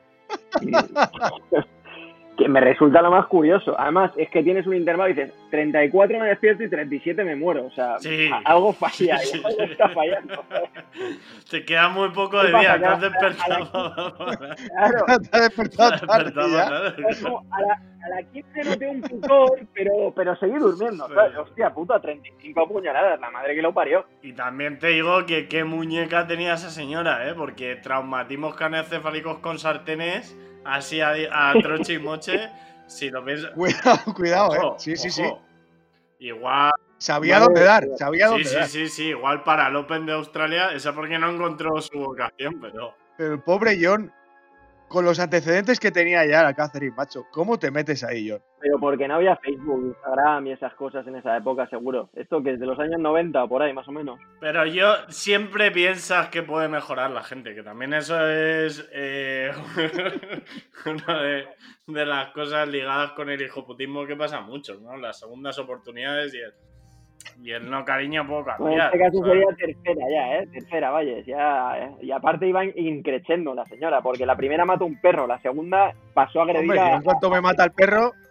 que me resulta lo más curioso. Además, es que tienes un intervalo y dices, treinta y cuatro me despierto y treinta y siete me muero. O sea, sí, algo falla, sí, sí, algo sí. está fallando. Te queda muy poco de ¿Qué pasa? día, te has Que a- despertado. Claro, Te has despertado Te has tarde despertado ya. tarde. es como a la, a la quince noté un picor, pero, pero seguí durmiendo. ¿Sabes? Hostia puta, treinta y cinco puñaladas, la madre que lo parió. Y también te digo que qué muñeca tenía esa señora, ¿eh? Porque traumatismos craneoencefálicos con sartenes, así a, a troche y moche, si lo ves... Cuidado, cuidado, eh. Ojo, Sí, sí, sí. ojo. Igual... Sabía Vale, dónde dar, tío. sabía Sí, dónde sí, dar. sí, sí. Igual para el Open de Australia, esa porque no encontró su vocación, pero... Pero el pobre John, con los antecedentes que tenía ya la Catherine, macho, ¿cómo te metes ahí, John? Pero porque no había Facebook, Instagram y esas cosas en esa época, seguro. Esto que es de los años noventa o por ahí, más o menos. Pero yo siempre piensas que puede mejorar la gente, que también eso es eh, una de, de las cosas ligadas con el hijoputismo que pasa mucho, ¿no? Las segundas oportunidades y el, y el no cariño puedo Bueno, en cambiar. este caso ¿sabes? sería tercera ya, ¿eh? Tercera, vaya. Ya, ¿eh? Y aparte iba increchendo la señora, porque la primera mató un perro, la segunda pasó a agredir Hombre, a... en cuanto me mata el perro,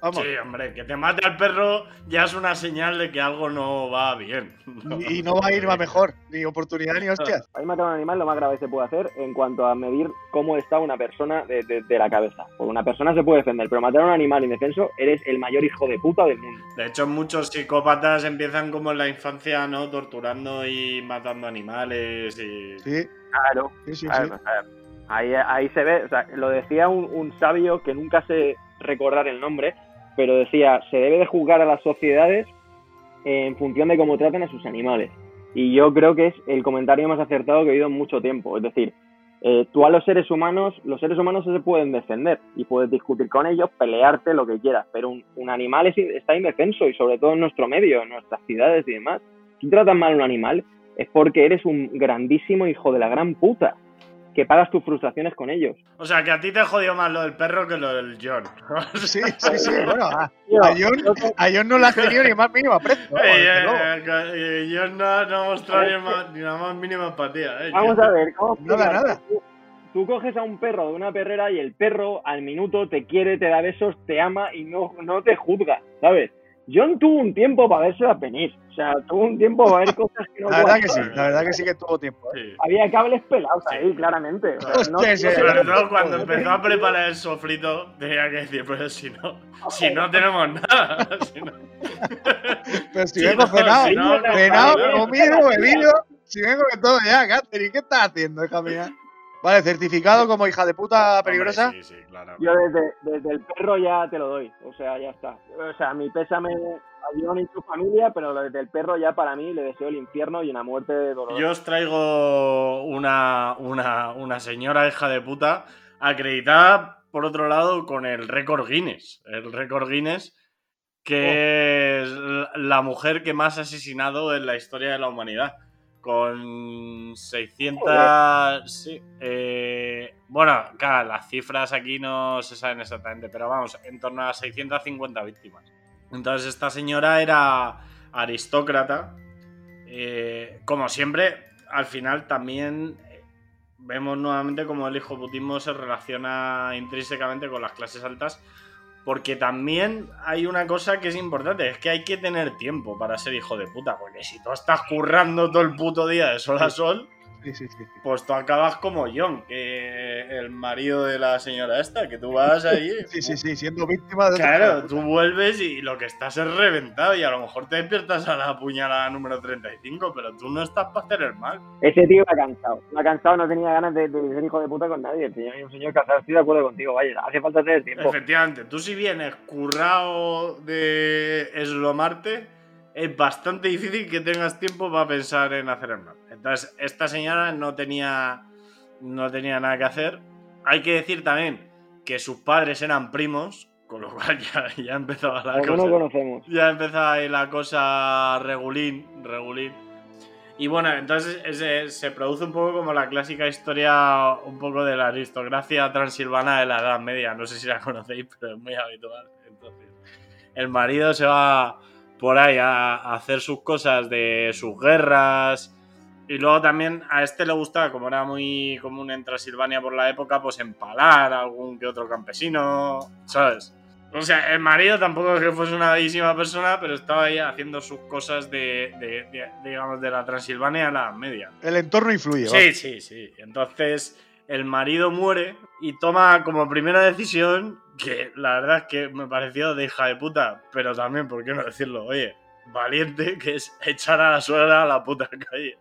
Vamos. Sí, hombre, que te mate al perro ya es una señal de que algo no va bien. No, y no va a ir va mejor, ni oportunidad ni hostias. Ahí matar a un animal lo más grave que se puede hacer en cuanto a medir cómo está una persona de, de, de la cabeza. Porque una persona se puede defender, pero matar a un animal indefenso eres el mayor hijo de puta del mundo. De hecho, muchos psicópatas empiezan como en la infancia, ¿no? Torturando y matando animales y... Sí. Claro. Sí, sí, Claro, sí. o sea, ahí, ahí se ve, o sea, lo decía un, un sabio que nunca sé recordar el nombre, pero decía, se debe de juzgar a las sociedades en función de cómo tratan a sus animales. Y yo creo que es el comentario más acertado que he oído en mucho tiempo. Es decir, eh, tú a los seres humanos, los seres humanos se pueden defender y puedes discutir con ellos, pelearte, lo que quieras, pero un, un animal es, está indefenso y sobre todo en nuestro medio, en nuestras ciudades y demás. Si tratas mal a un animal es porque eres un grandísimo hijo de la gran puta, que pagas tus frustraciones con ellos. O sea, que a ti te jodió más lo del perro que lo del John. Sí, sí, sí. Bueno, a, a, John, a John no le has tenido ni más mínimo aprecio. Vamos, Eh, desde luego. eh, eh, John no, no ha mostrado ni, más- ni la más mínima empatía. Eh, Vamos a ver, ¿cómo Nada, nada. Tú, tú coges a un perro de una perrera y el perro al minuto te quiere, te da besos, te ama y no, no te juzga, ¿sabes? John tuvo un tiempo para verse venir. O sea, tuvo un tiempo para ver cosas que no... La verdad que sí, aguantaban. la verdad que sí que tuvo tiempo. ¿eh? Sí. Había cables pelados Sí. ahí, claramente. O sea, no- Hostia, sí, no- Sobre Joder. todo cuando empezó a preparar el sofrito, tenía que decir, pero si no, si no tenemos nada. Si no, Pero si si vengo no, cenado, si no, cenado, compañero. comido, bebido, si vengo de todo ya, Catherine, ¿qué estás haciendo, hija mía? Vale, certificado como hija de puta peligrosa. Hombre, sí, sí, claro. Yo desde, desde el perro ya te lo doy. O sea, ya está. O sea, mi pésame a John y su familia, pero lo desde el perro ya para mí le deseo el infierno y una muerte dolorosa. Yo os traigo una, una, una señora hija de puta acreditada, por otro lado, con el récord Guinness. El récord Guinness, que es la mujer que más ha asesinado en la historia de la humanidad. Con seiscientos... Sí. Eh, bueno, claro, las cifras aquí no se saben exactamente, pero vamos, en torno a seiscientas cincuenta víctimas. Entonces esta señora era aristócrata. Eh, como siempre, al final también eh, vemos nuevamente cómo el hijoputismo se relaciona intrínsecamente con las clases altas, porque también hay una cosa que es importante, es que hay que tener tiempo para ser hijo de puta, porque si tú estás currando todo el puto día de sol a sol, Sí, sí, sí. sí. pues tú acabas como John, que el marido de la señora esta, que tú vas ahí... Sí, sí, sí, siendo víctima de otro Claro, hijo de tú puta. vuelves y lo que estás es reventado y a lo mejor te despiertas a la puñalada número treinta y cinco, pero tú no estás para hacer el mal. Ese tío iba cansado. Iba cansado, no tenía ganas de, de ser hijo de puta con nadie. El señor es un señor casado. Estoy de acuerdo contigo, vaya. Hace falta tener tiempo. Efectivamente, tú si vienes currado de eslomarte, es bastante difícil que tengas tiempo para pensar en hacer el mal. Entonces, esta señora no tenía, no tenía nada que hacer. Hay que decir también que sus padres eran primos, con lo cual ya, ya empezaba la Como cosa. no conocemos. Ya empezaba ahí la cosa regulín, regulín. Y bueno, entonces ese- se produce un poco como la clásica historia un poco de la aristocracia transilvana de la Edad Media. No sé si la conocéis, pero es muy habitual. Entonces, el marido se va por ahí a, a hacer sus cosas de sus guerras. Y luego también a este le gustaba, como era muy común en Transilvania por la época, pues empalar a algún que otro campesino, ¿sabes? O sea, el marido tampoco es que fuese una bellísima persona, pero estaba ahí haciendo sus cosas de, de- de- digamos, de la Transilvania a la Edad Media. El entorno influye. Sí, sí, sí. Entonces, el marido muere y toma como primera decisión, que la verdad es que me pareció de hija de puta, pero también, ¿por qué no decirlo? Oye, valiente, que es echar a la suegra a la puta calle.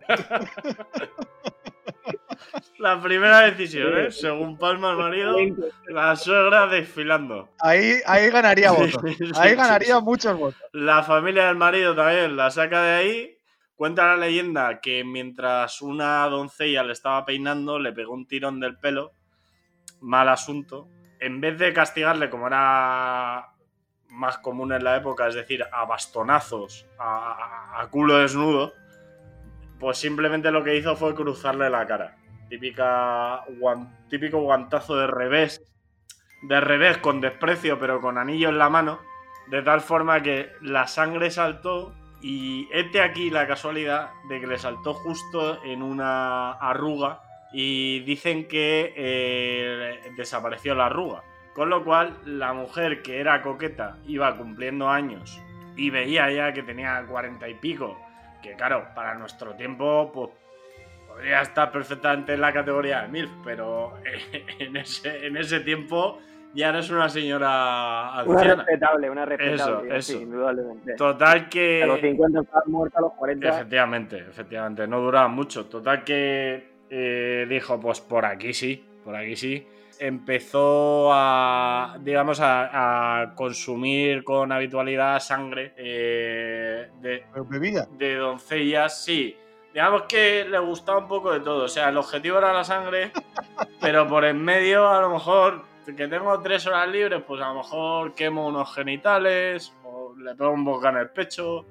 La primera decisión, ¿eh? Según Palma el marido, la suegra desfilando. Ahí, ahí ganaría Sí, votos. sí, Ahí sí, ganaría sí. muchos votos. La familia del marido también la saca de ahí. Cuenta la leyenda que mientras una doncella le estaba peinando, le pegó un tirón del pelo. Mal asunto. En vez de castigarle, como era más común en la época, es decir, a bastonazos, a, a- a culo desnudo, pues simplemente lo que hizo fue cruzarle la cara. Típica guan- típico guantazo de revés. De revés, con desprecio, pero con anillo en la mano. De tal forma que la sangre saltó y este aquí la casualidad de que le saltó justo en una arruga y dicen que eh, desapareció la arruga. Con lo cual, la mujer que era coqueta iba cumpliendo años y veía ya que tenía cuarenta y pico, que claro, para nuestro tiempo, pues podría estar perfectamente en la categoría de MILF, pero en ese, en ese tiempo ya eres una señora anciana. Una respetable, una respetable. Eso, eso. Sí, indudablemente. Total que... A los cincuenta estás muerta, a los cuarenta... Efectivamente, efectivamente, no duraba mucho. Total que eh, dijo, pues por aquí sí, por aquí sí. Empezó a, digamos, a, a consumir con habitualidad sangre eh, de, bebida. de doncellas, sí. Digamos que le gustaba un poco de todo. O sea, el objetivo era la sangre, pero por en medio, a lo mejor, que tengo tres horas libres, pues a lo mejor quemo unos genitales, o le pego un boca en el pecho,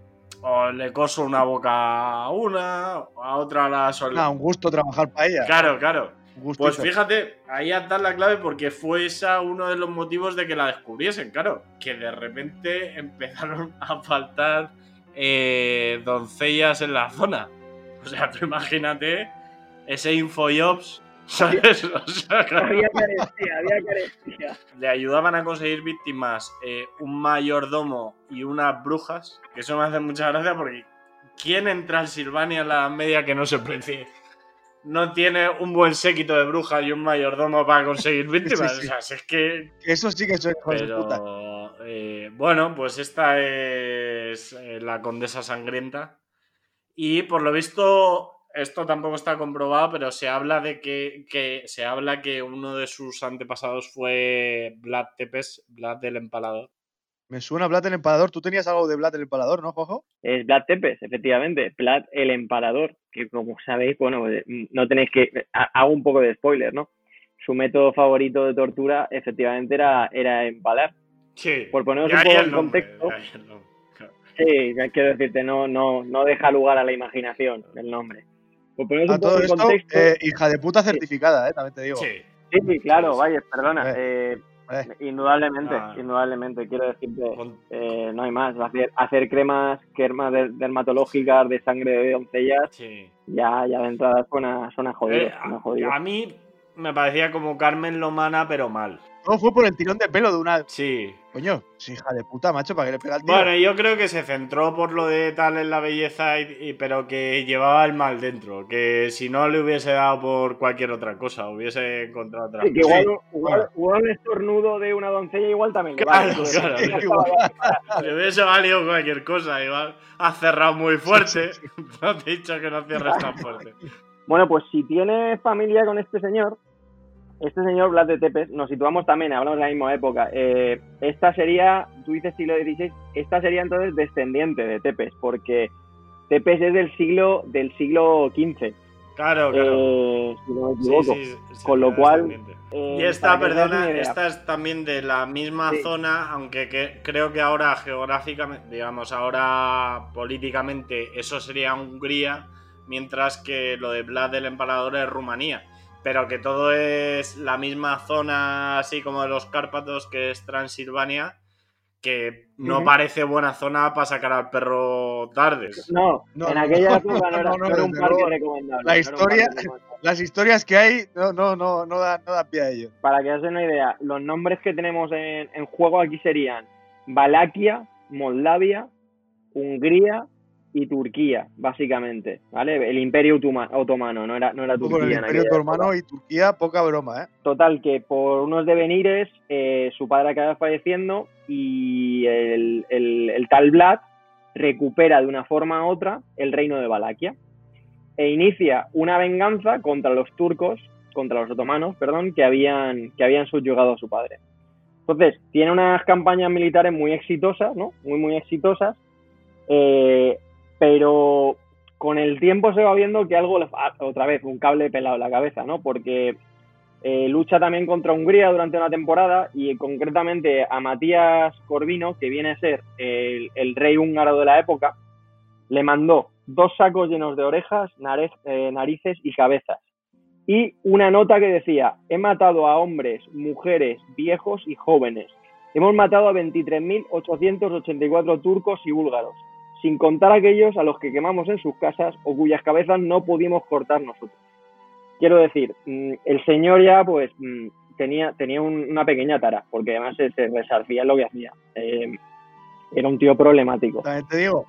o le coso una boca a una, o a otra la sol... Ah, un gusto trabajar para ella. Claro, claro. Pues fíjate, ahí está la clave, porque fue esa uno de los motivos de que la descubriesen, claro. Que de repente empezaron a faltar eh, doncellas en la zona. O sea, tú imagínate ese Infojobs, ¿sabes? O sea, claro, había carestía, había carestía. le ayudaban a conseguir víctimas eh, un mayordomo y unas brujas, que eso me hace mucha gracia porque ¿quién en Transilvania en la Edad Media que no se precie? No tiene un buen séquito de brujas y un mayordomo para conseguir víctimas. Sí, sí. O sea, si es que... Eso sí que soy hijos de puta. Eh, bueno, pues esta es eh, la condesa sangrienta. Y por lo visto, esto tampoco está comprobado, pero se habla de que, que se habla que uno de sus antepasados fue Vlad Tepes, Vlad el Empalador. Me suena Vlad el Empalador. Tú tenías algo de Vlad el Empalador, ¿no, Jojo? Es Vlad Tepes, efectivamente. Vlad el Empalador, que como sabéis, bueno, no tenéis que... Hago un poco de spoiler, ¿no? Su método favorito de tortura, efectivamente, era, era empalar. Sí. Por poneros un poco en contexto... Sí, quiero decirte, no, no, no deja lugar a la imaginación el nombre. Por poneros a un poco todo en esto, contexto... Eh, hija de puta certificada, sí. eh, también te digo. Sí, sí, sí claro, vaya, perdona. Eh, Eh. Indudablemente, ah, indudablemente, quiero decirte, con... eh, no hay más. Hacer, hacer cremas, cremas dermatológicas de sangre de doncellas, sí. ya, ya de entrada suena, suena jodido, Eh, suena jodido. A, a mí me parecía como Carmen Lomana, pero mal. Todo fue por el tirón de pelo de una... Sí. Coño, sí, hija de puta, macho, ¿para qué le pega el tío? Bueno, yo creo que se centró por lo de tal en la belleza, y, y, pero que llevaba el mal dentro. Que si no le hubiese dado por cualquier otra cosa, hubiese encontrado otra cosa. Sí, que igual, sí. igual, igual un estornudo de una doncella igual también le claro, vale. Claro, claro. Igual. Le hubiese valido cualquier cosa. Igual has cerrado muy fuerte. Sí, sí, sí. No te he dicho que no cierres tan fuerte. Bueno, pues si tienes familia con este señor... Este señor Vlad de Tepes, nos situamos también, hablamos de la misma época. Eh, esta sería, tú dices siglo dieciséis, esta sería entonces descendiente de Tepes, porque Tepes es del siglo del siglo quince. Claro, claro. Eh, si no me equivoco. Sí, sí, sí, Con lo cual. Eh, y esta, perdona, esta es también de la misma sí. zona, aunque que, creo que ahora geográficamente, digamos, ahora políticamente, eso sería Hungría, mientras que lo de Vlad del Empalador es Rumanía. Pero que todo es la misma zona, así como de los Cárpatos, que es Transilvania, que no uh-huh. parece buena zona para sacar al perro tardes. No, no en no, aquella época no, no, no, no era un parque no, recomendable. La historia, no las historias que hay no, no, no, no dan no da pie a ello. Para que os den una idea, los nombres que tenemos en, en juego aquí serían Valaquia, Moldavia, Hungría y Turquía, básicamente, ¿vale? El Imperio Otomano, no era, no era Turquía. Por el Imperio Otomano y Turquía, poca broma, ¿eh? Total, que por unos devenires, eh, su padre acaba falleciendo y el, el, el tal Vlad recupera de una forma u otra el reino de Valaquia e inicia una venganza contra los turcos, contra los otomanos, perdón, que habían, que habían subyugado a su padre. Entonces, tiene unas campañas militares muy exitosas, ¿no? Muy, muy exitosas, eh, pero con el tiempo se va viendo que algo, otra vez, un cable pelado en la cabeza, ¿no? Porque eh, lucha también contra Hungría durante una temporada y concretamente a Matías Corvino, que viene a ser el, el rey húngaro de la época, le mandó dos sacos llenos de orejas, nariz, eh, narices y cabezas. Y una nota que decía: he matado a hombres, mujeres, viejos y jóvenes. Hemos matado a veintitrés mil ochocientos ochenta y cuatro turcos y búlgaros, sin contar aquellos a los que quemamos en sus casas o cuyas cabezas no pudimos cortar nosotros. Quiero decir, el señor ya, pues, tenía, tenía un, una pequeña tara, porque además se, se resarcía en lo que hacía. Eh, era un tío problemático. También te digo,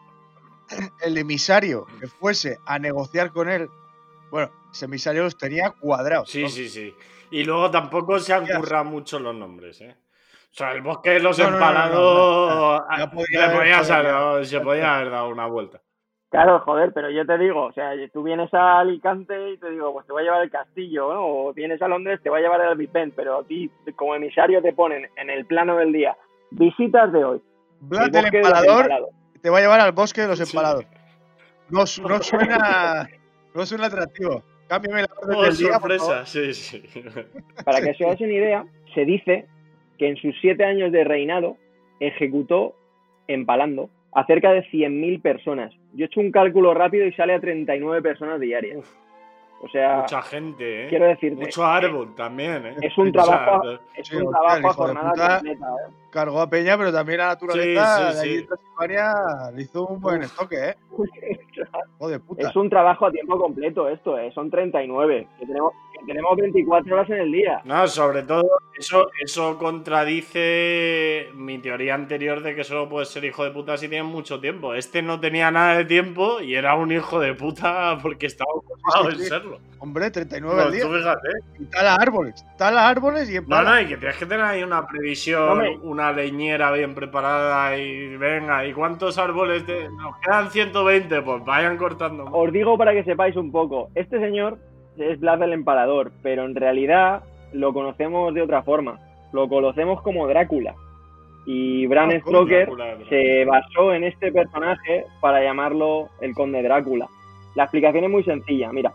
el emisario que fuese a negociar con él, bueno, ese emisario los tenía cuadrados. Sí, ¿no? sí, sí. Y luego tampoco se han currado mucho los nombres, ¿eh? O sea, el bosque de los No, no, no, empalados no, no, no. Ya podía le haber- podías haber podía- dado- se podía haber dado una vuelta. Claro, joder, pero yo te digo, o sea, tú vienes a Alicante y te digo, pues te voy a llevar el castillo, ¿no? O vienes a Londres, te voy a llevar el Big Ben, pero a ti, como emisario, te ponen en el plano del día, visitas de hoy. Blas el del bosque de los empalador empalados. te va a llevar al bosque de los Sí. empalados. No, su- no suena no suena atractivo. Cámbiame la orden Oh, del día, por favor. sorpresa, sí, sí. Para que os hagáis una idea, se dice que en sus siete años de reinado ejecutó, empalando, a cerca de cien mil personas. Yo he hecho un cálculo rápido y sale a treinta y nueve personas diarias. Uf. O sea, Mucha gente, ¿eh? quiero decirte, Mucho árbol también, ¿eh? es un O sea, trabajo, es Sí, un hostia, trabajo el a hijo de jornada puta. completa, ¿eh? Cargó a Peña, pero también a la naturaleza Sí, sí, de allí sí. de Transilvania le hizo un buen estoque, ¿eh? Hijo de puta. Es un trabajo a tiempo completo esto, ¿eh? Son treinta y nueve, que tenemos, que tenemos veinticuatro horas en el día. No, sobre todo, eso, eso contradice mi teoría anterior de que solo puedes ser hijo de puta si tienes mucho tiempo. Este no tenía nada de tiempo y era un hijo de puta porque estaba ocupado Sí, sí, en sí. serlo. Hombre, treinta y nueve al No, día. tú fíjate. Y tala árboles. Tala árboles y No, empala. no, y que tienes que tener ahí una previsión, No me- una leñera bien preparada y venga, ¿y cuántos árboles? De... Nos quedan ciento veinte, pues vayan cortando. Os digo para que sepáis un poco, este señor es Blas del Empalador, pero en realidad lo conocemos de otra forma. Lo conocemos como Drácula. Y Bram Ah, coño, Stoker Drácula, Drácula. se basó en este personaje para llamarlo el Conde Drácula. La explicación es muy sencilla, mira.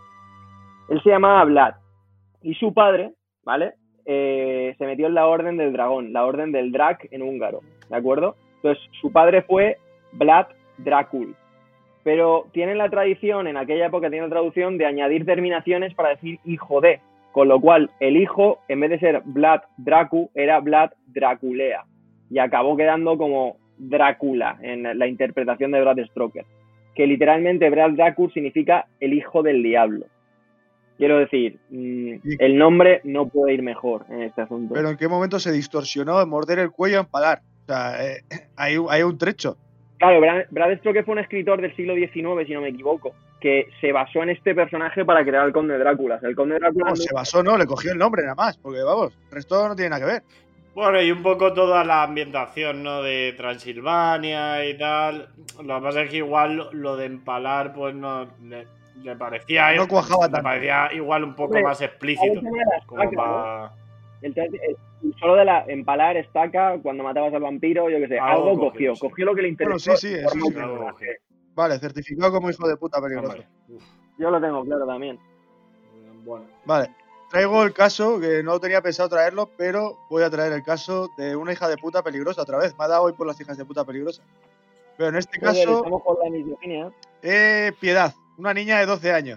Él se llamaba Vlad y su padre, ¿vale? Eh, se metió en la Orden del Dragón, la Orden del Drac en húngaro, ¿de acuerdo? Entonces, su padre fue Vlad Dracul. Pero tienen la tradición, en aquella época tienen la traducción de añadir terminaciones para decir hijo de, con lo cual el hijo, en vez de ser Vlad Dracu, era Vlad Draculea. Y acabó quedando como Drácula en la interpretación de Brad Stoker. Que literalmente Brad Dracul significa el hijo del diablo. Quiero decir, mmm, el nombre no puede ir mejor en este asunto. Pero ¿en qué momento se distorsionó en morder el cuello a empalar? O sea, eh, hay, hay un trecho. Claro, Brad, Brad Stoker fue un escritor del siglo diecinueve, si no me equivoco, que se basó en este personaje para crear el Conde Drácula. O sea, el Conde Drácula... No, se basó, no, le cogió el nombre nada más, porque vamos, el resto no tiene nada que ver. Bueno, y un poco toda la ambientación, ¿no? De Transilvania y tal. Lo que pasa es que igual lo de empalar, pues no le, le parecía. No cuajaba le tanto. parecía igual un poco Hombre, más explícito. ahí tenía la Como estaca, para. El, el- solo de la empalar estaca cuando matabas al vampiro, yo qué sé, Algo algo, cogió, cogió, sí. cogió lo que le Bueno, interesó. sí, sí, de eso forma sí. interesante. Vale, certificado como hijo de puta peligroso. Hombre, uf, Yo lo tengo claro también. bueno. Vale, traigo el caso, que no tenía pensado traerlo, pero voy a traer el caso de una hija de puta peligrosa otra vez. Me ha dado hoy por las hijas de puta peligrosas. Pero en este Joder, caso, estamos con la misoginia. eh, Piedad, una niña de doce años.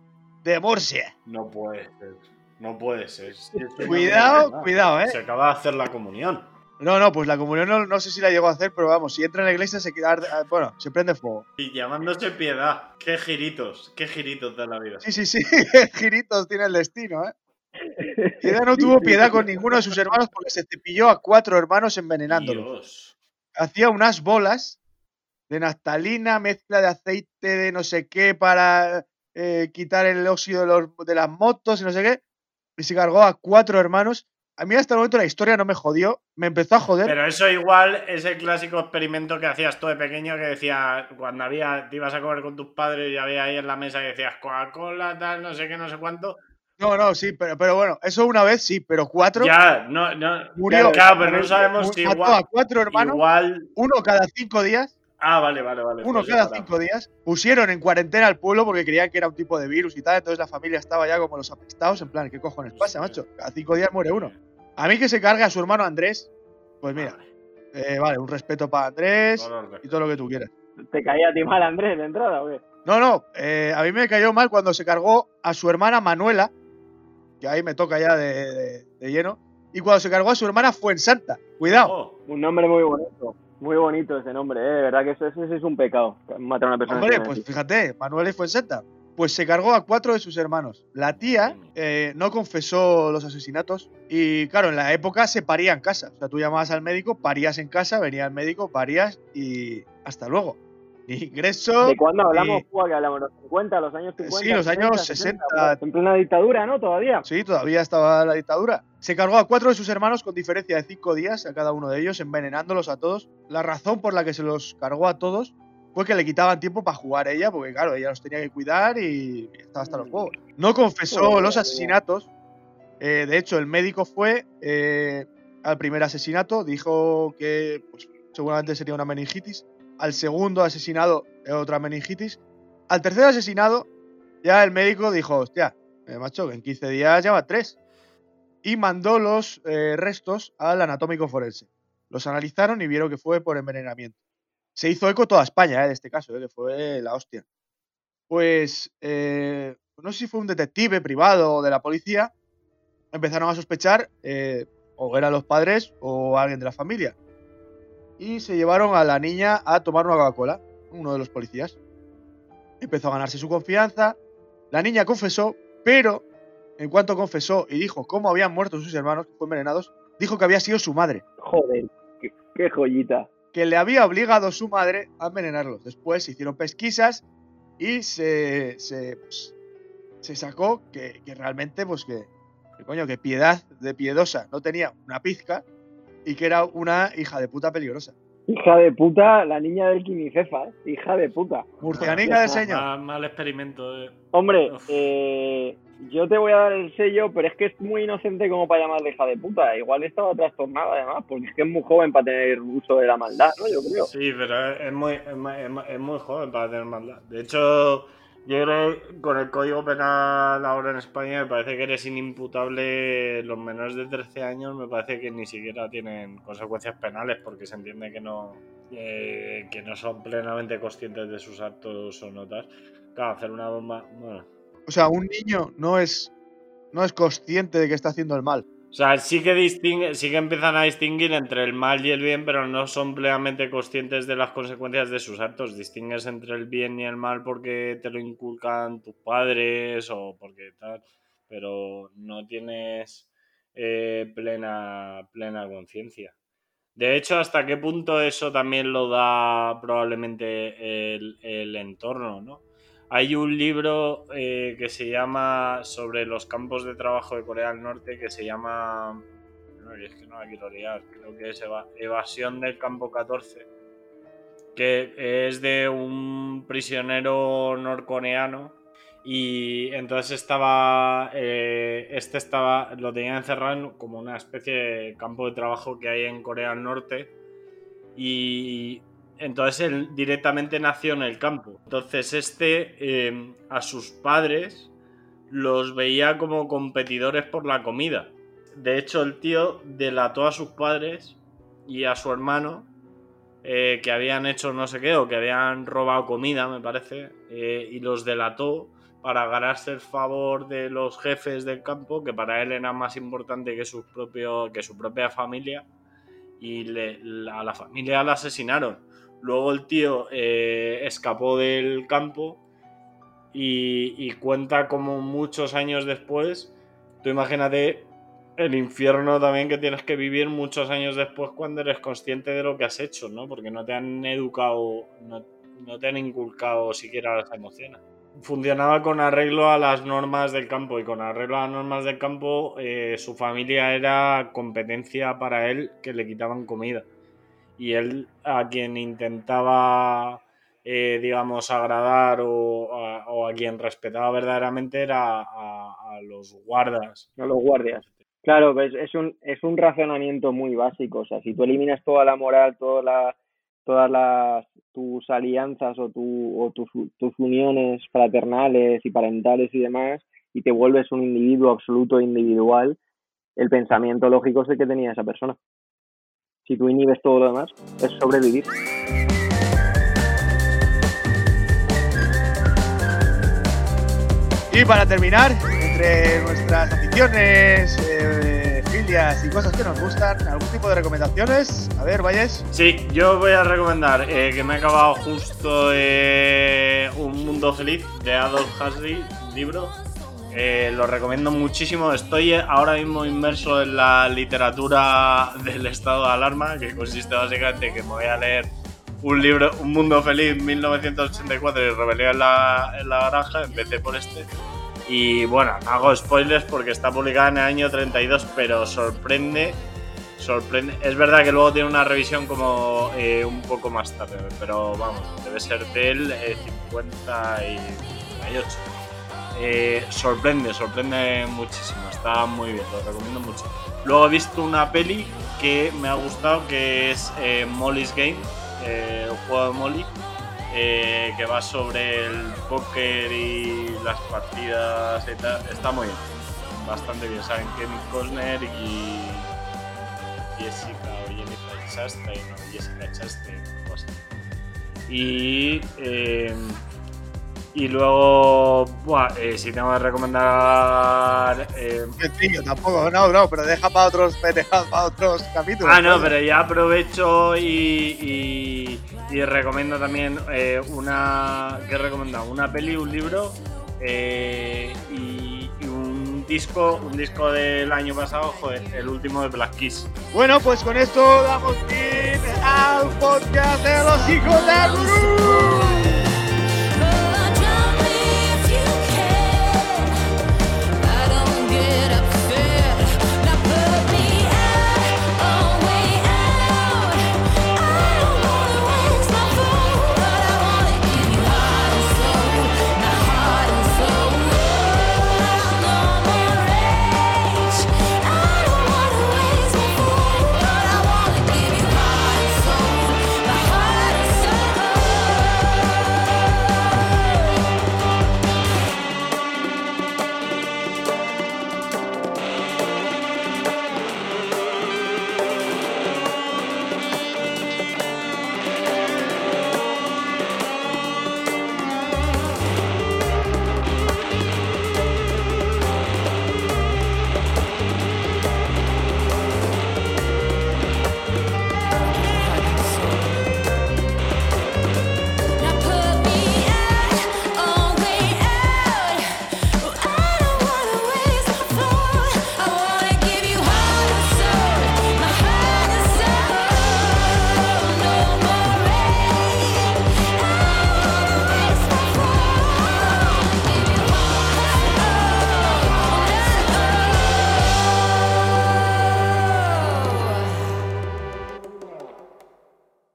De Murcia. No puede ser. No puede ser. Es que esto no Cuidado, puede ser. cuidado, eh. Se acaba de hacer la comunión. No, no, pues la comunión no, no sé si la llegó a hacer, pero vamos, si entra en la iglesia se queda, arde- ah, bueno, se prende fuego. Y llamándose piedad. Qué giritos. Qué giritos de la vida. Sí, sí, sí, giritos tiene el destino, ¿eh? Piedad no tuvo piedad con ninguno de sus hermanos porque se cepilló a cuatro hermanos envenenándolos. Dios. Hacía unas bolas de naftalina, mezcla de aceite de no sé qué para eh, quitar el óxido de, los, de las motos y no sé qué, y se cargó a cuatro hermanos. A mí hasta el momento la historia no me jodió, me empezó a joder. Pero eso igual es el clásico experimento que hacías tú de pequeño que decía cuando había te ibas a comer con tus padres y había ahí en la mesa que decías Coca-Cola, tal, no sé qué, no sé cuánto. No, no, sí, pero, pero bueno, eso una vez sí, pero cuatro Ya, no, no. murió. Claro, pero no sabemos si Mató igual. a cuatro hermanos, Igual. uno cada cinco días. Ah, vale, vale, vale. Uno pues cada separado. cinco días. Pusieron en cuarentena al pueblo porque creían que era un tipo de virus y tal. Entonces la familia estaba ya como los apestados. En plan, ¿qué cojones pasa, macho? Cada cinco días muere uno. A mí que se cargue a su hermano Andrés, pues mira, eh, vale, un respeto para Andrés Todo el y todo lo que tú quieras. ¿Te caía a ti mal, Andrés, de entrada o qué? No, no, eh, a mí me cayó mal cuando se cargó a su hermana Manuela, que ahí me toca ya de, de- de lleno, y cuando se cargó a su hermana Fuensanta. Cuidado. Oh, Un nombre muy bonito. Muy bonito ese nombre, ¿eh? De verdad que eso, eso sí es un pecado. Matar a una persona. Hombre, así. pues fíjate, Manuela y Fuensanta. Pues se cargó a cuatro de sus hermanos. La tía eh, no confesó los asesinatos y, claro, en la época se paría en casa. O sea, tú llamabas al médico, parías en casa, venía el médico, parías y hasta luego. Ni ingreso. ¿De cuándo hablamos? Ni... ¿Cuál hablamos? ¿Los cincuenta, los años cincuenta? Sí, los años sesenta. sesenta. En plena dictadura, ¿no? Todavía. Sí, todavía estaba la dictadura. Se cargó a cuatro de sus hermanos con diferencia de cinco días a cada uno de ellos, envenenándolos a todos. La razón por la que se los cargó a todos fue que le quitaban tiempo para jugar a ella, porque claro, ella los tenía que cuidar y estaba hasta los juegos. No confesó los asesinatos. Eh, de hecho, el médico fue eh, al primer asesinato, dijo que pues, seguramente sería una meningitis. Al segundo asesinado, otra meningitis. Al tercer asesinado, ya el médico dijo, hostia, eh, macho, que en quince días ya va tres. Y mandó los eh, restos al anatómico forense. Los analizaron y vieron que fue por envenenamiento. Se hizo eco toda España, eh, de este caso, eh, que fue la hostia. Pues, eh, no sé si fue un detective privado o de la policía, empezaron a sospechar eh, o eran los padres o alguien de la familia. Y se llevaron a la niña a tomar una Coca-Cola, uno de los policías. Empezó a ganarse su confianza, la niña confesó, pero en cuanto confesó y dijo cómo habían muerto sus hermanos, que fueron envenenados, dijo que había sido su madre. Joder, qué, qué joyita. Que le había obligado su madre a envenenarlos. Después se hicieron pesquisas y se, se, pues, se sacó que, que realmente, pues que, que, coño, que Piedad de Piedosa no tenía una pizca y que era una hija de puta peligrosa. Hija de puta, la niña del quimicefa, ¿eh? Hija de puta. Murcianica del señor. Mal, mal experimento. Eh. Hombre, eh, yo te voy a dar el sello, pero es que es muy inocente como para llamarle hija de puta. Igual estaba trastornada además, porque es que es muy joven para tener uso de la maldad, ¿no? Yo creo. Sí, pero es muy, es muy, es muy joven para tener maldad. De hecho, yo creo que con el Código Penal ahora en España me parece que eres inimputable. Los menores de trece años me parece que ni siquiera tienen consecuencias penales porque se entiende que no, eh, que no son plenamente conscientes de sus actos o notas. Claro, hacer una bomba... Bueno. O sea, un niño no es, no es consciente de que está haciendo el mal. O sea, sí que distingue, sí que empiezan a distinguir entre el mal y el bien, pero no son plenamente conscientes de las consecuencias de sus actos. Distingues entre el bien y el mal porque te lo inculcan tus padres o porque tal, pero no tienes eh, plena, plena conciencia. De hecho, ¿hasta qué punto eso también lo da probablemente el, el entorno, ¿no? Hay un libro eh, que se llama sobre los campos de trabajo de Corea del Norte que se llama, no, es que no la quiero liar, creo que es eva, Evasión del Campo catorce, que es de un prisionero norcoreano y entonces estaba, eh, este estaba, lo tenían encerrado en como una especie de campo de trabajo que hay en Corea del Norte y... Entonces él directamente nació en el campo. Entonces este eh, a sus padres los veía como competidores por la comida. De hecho el tío delató a sus padres y a su hermano eh, que habían hecho no sé qué o que habían robado comida, me parece, eh, y los delató para ganarse el favor de los jefes del campo, que para él era más importante que, sus propios, que su propia familia, y le, a la familia la asesinaron. Luego el tío eh, escapó del campo y, y cuenta como muchos años después, tú imagínate el infierno también que tienes que vivir muchos años después cuando eres consciente de lo que has hecho, ¿no? Porque no te han educado, no, no te han inculcado siquiera las emociones. Funcionaba con arreglo a las normas del campo y con arreglo a las normas del campo eh, su familia era competencia para él que le quitaban comida. Y él, a quien intentaba, eh, digamos, agradar o a, o a quien respetaba verdaderamente era a, a los guardas. A los guardias. Claro, pues es un, es un razonamiento muy básico. O sea, si tú eliminas toda la moral, toda la, todas las tus alianzas o, tu, o tus, tus uniones fraternales y parentales y demás, y te vuelves un individuo absoluto e individual, el pensamiento lógico es el que tenía esa persona. Si tú inhibes todo lo demás, es sobrevivir. Y para terminar, entre nuestras aficiones, eh, filias y cosas que nos gustan, ¿algún tipo de recomendaciones? A ver, Valles. Sí, yo voy a recomendar eh, que me he acabado justo eh, eh, Un Mundo Feliz de Aldous Huxley, libro. Eh, lo recomiendo muchísimo. Estoy ahora mismo inmerso en la literatura del estado de alarma, que consiste básicamente en que me voy a leer un libro, Un Mundo Feliz, mil novecientos ochenta y cuatro, y Rebelión en la, en la granja. Empecé por este. Y bueno, no hago spoilers porque está publicada en el año treinta y dos, pero sorprende. Sorprende. Es verdad que luego tiene una revisión como eh, un poco más tarde, pero vamos, debe ser del eh, cincuenta y ocho. Eh, sorprende, sorprende muchísimo, está muy bien, lo recomiendo mucho. Luego he visto una peli que me ha gustado, que es eh, Molly's Game, eh, el juego de Molly, eh, que va sobre el póker y las partidas y tal. Está muy bien, bastante bien. Saben Kevin Costner y Jessica o Jennifer Chastain, no, Jessica Chastain, algo así. Y eh, Y luego, buah, eh, si tengo que recomendar. Eh... Sencillo, tampoco, no, no, pero deja para otros, deja para otros capítulos. Ah, no, ¿no? Pero ya aprovecho y, y, y recomiendo también eh, una. ¿Qué he recomendado? Una peli, un libro eh, y, y un disco, un disco del año pasado, joder, el último de Black Keys. Bueno, pues con esto damos fin al podcast de los hijos del gurú.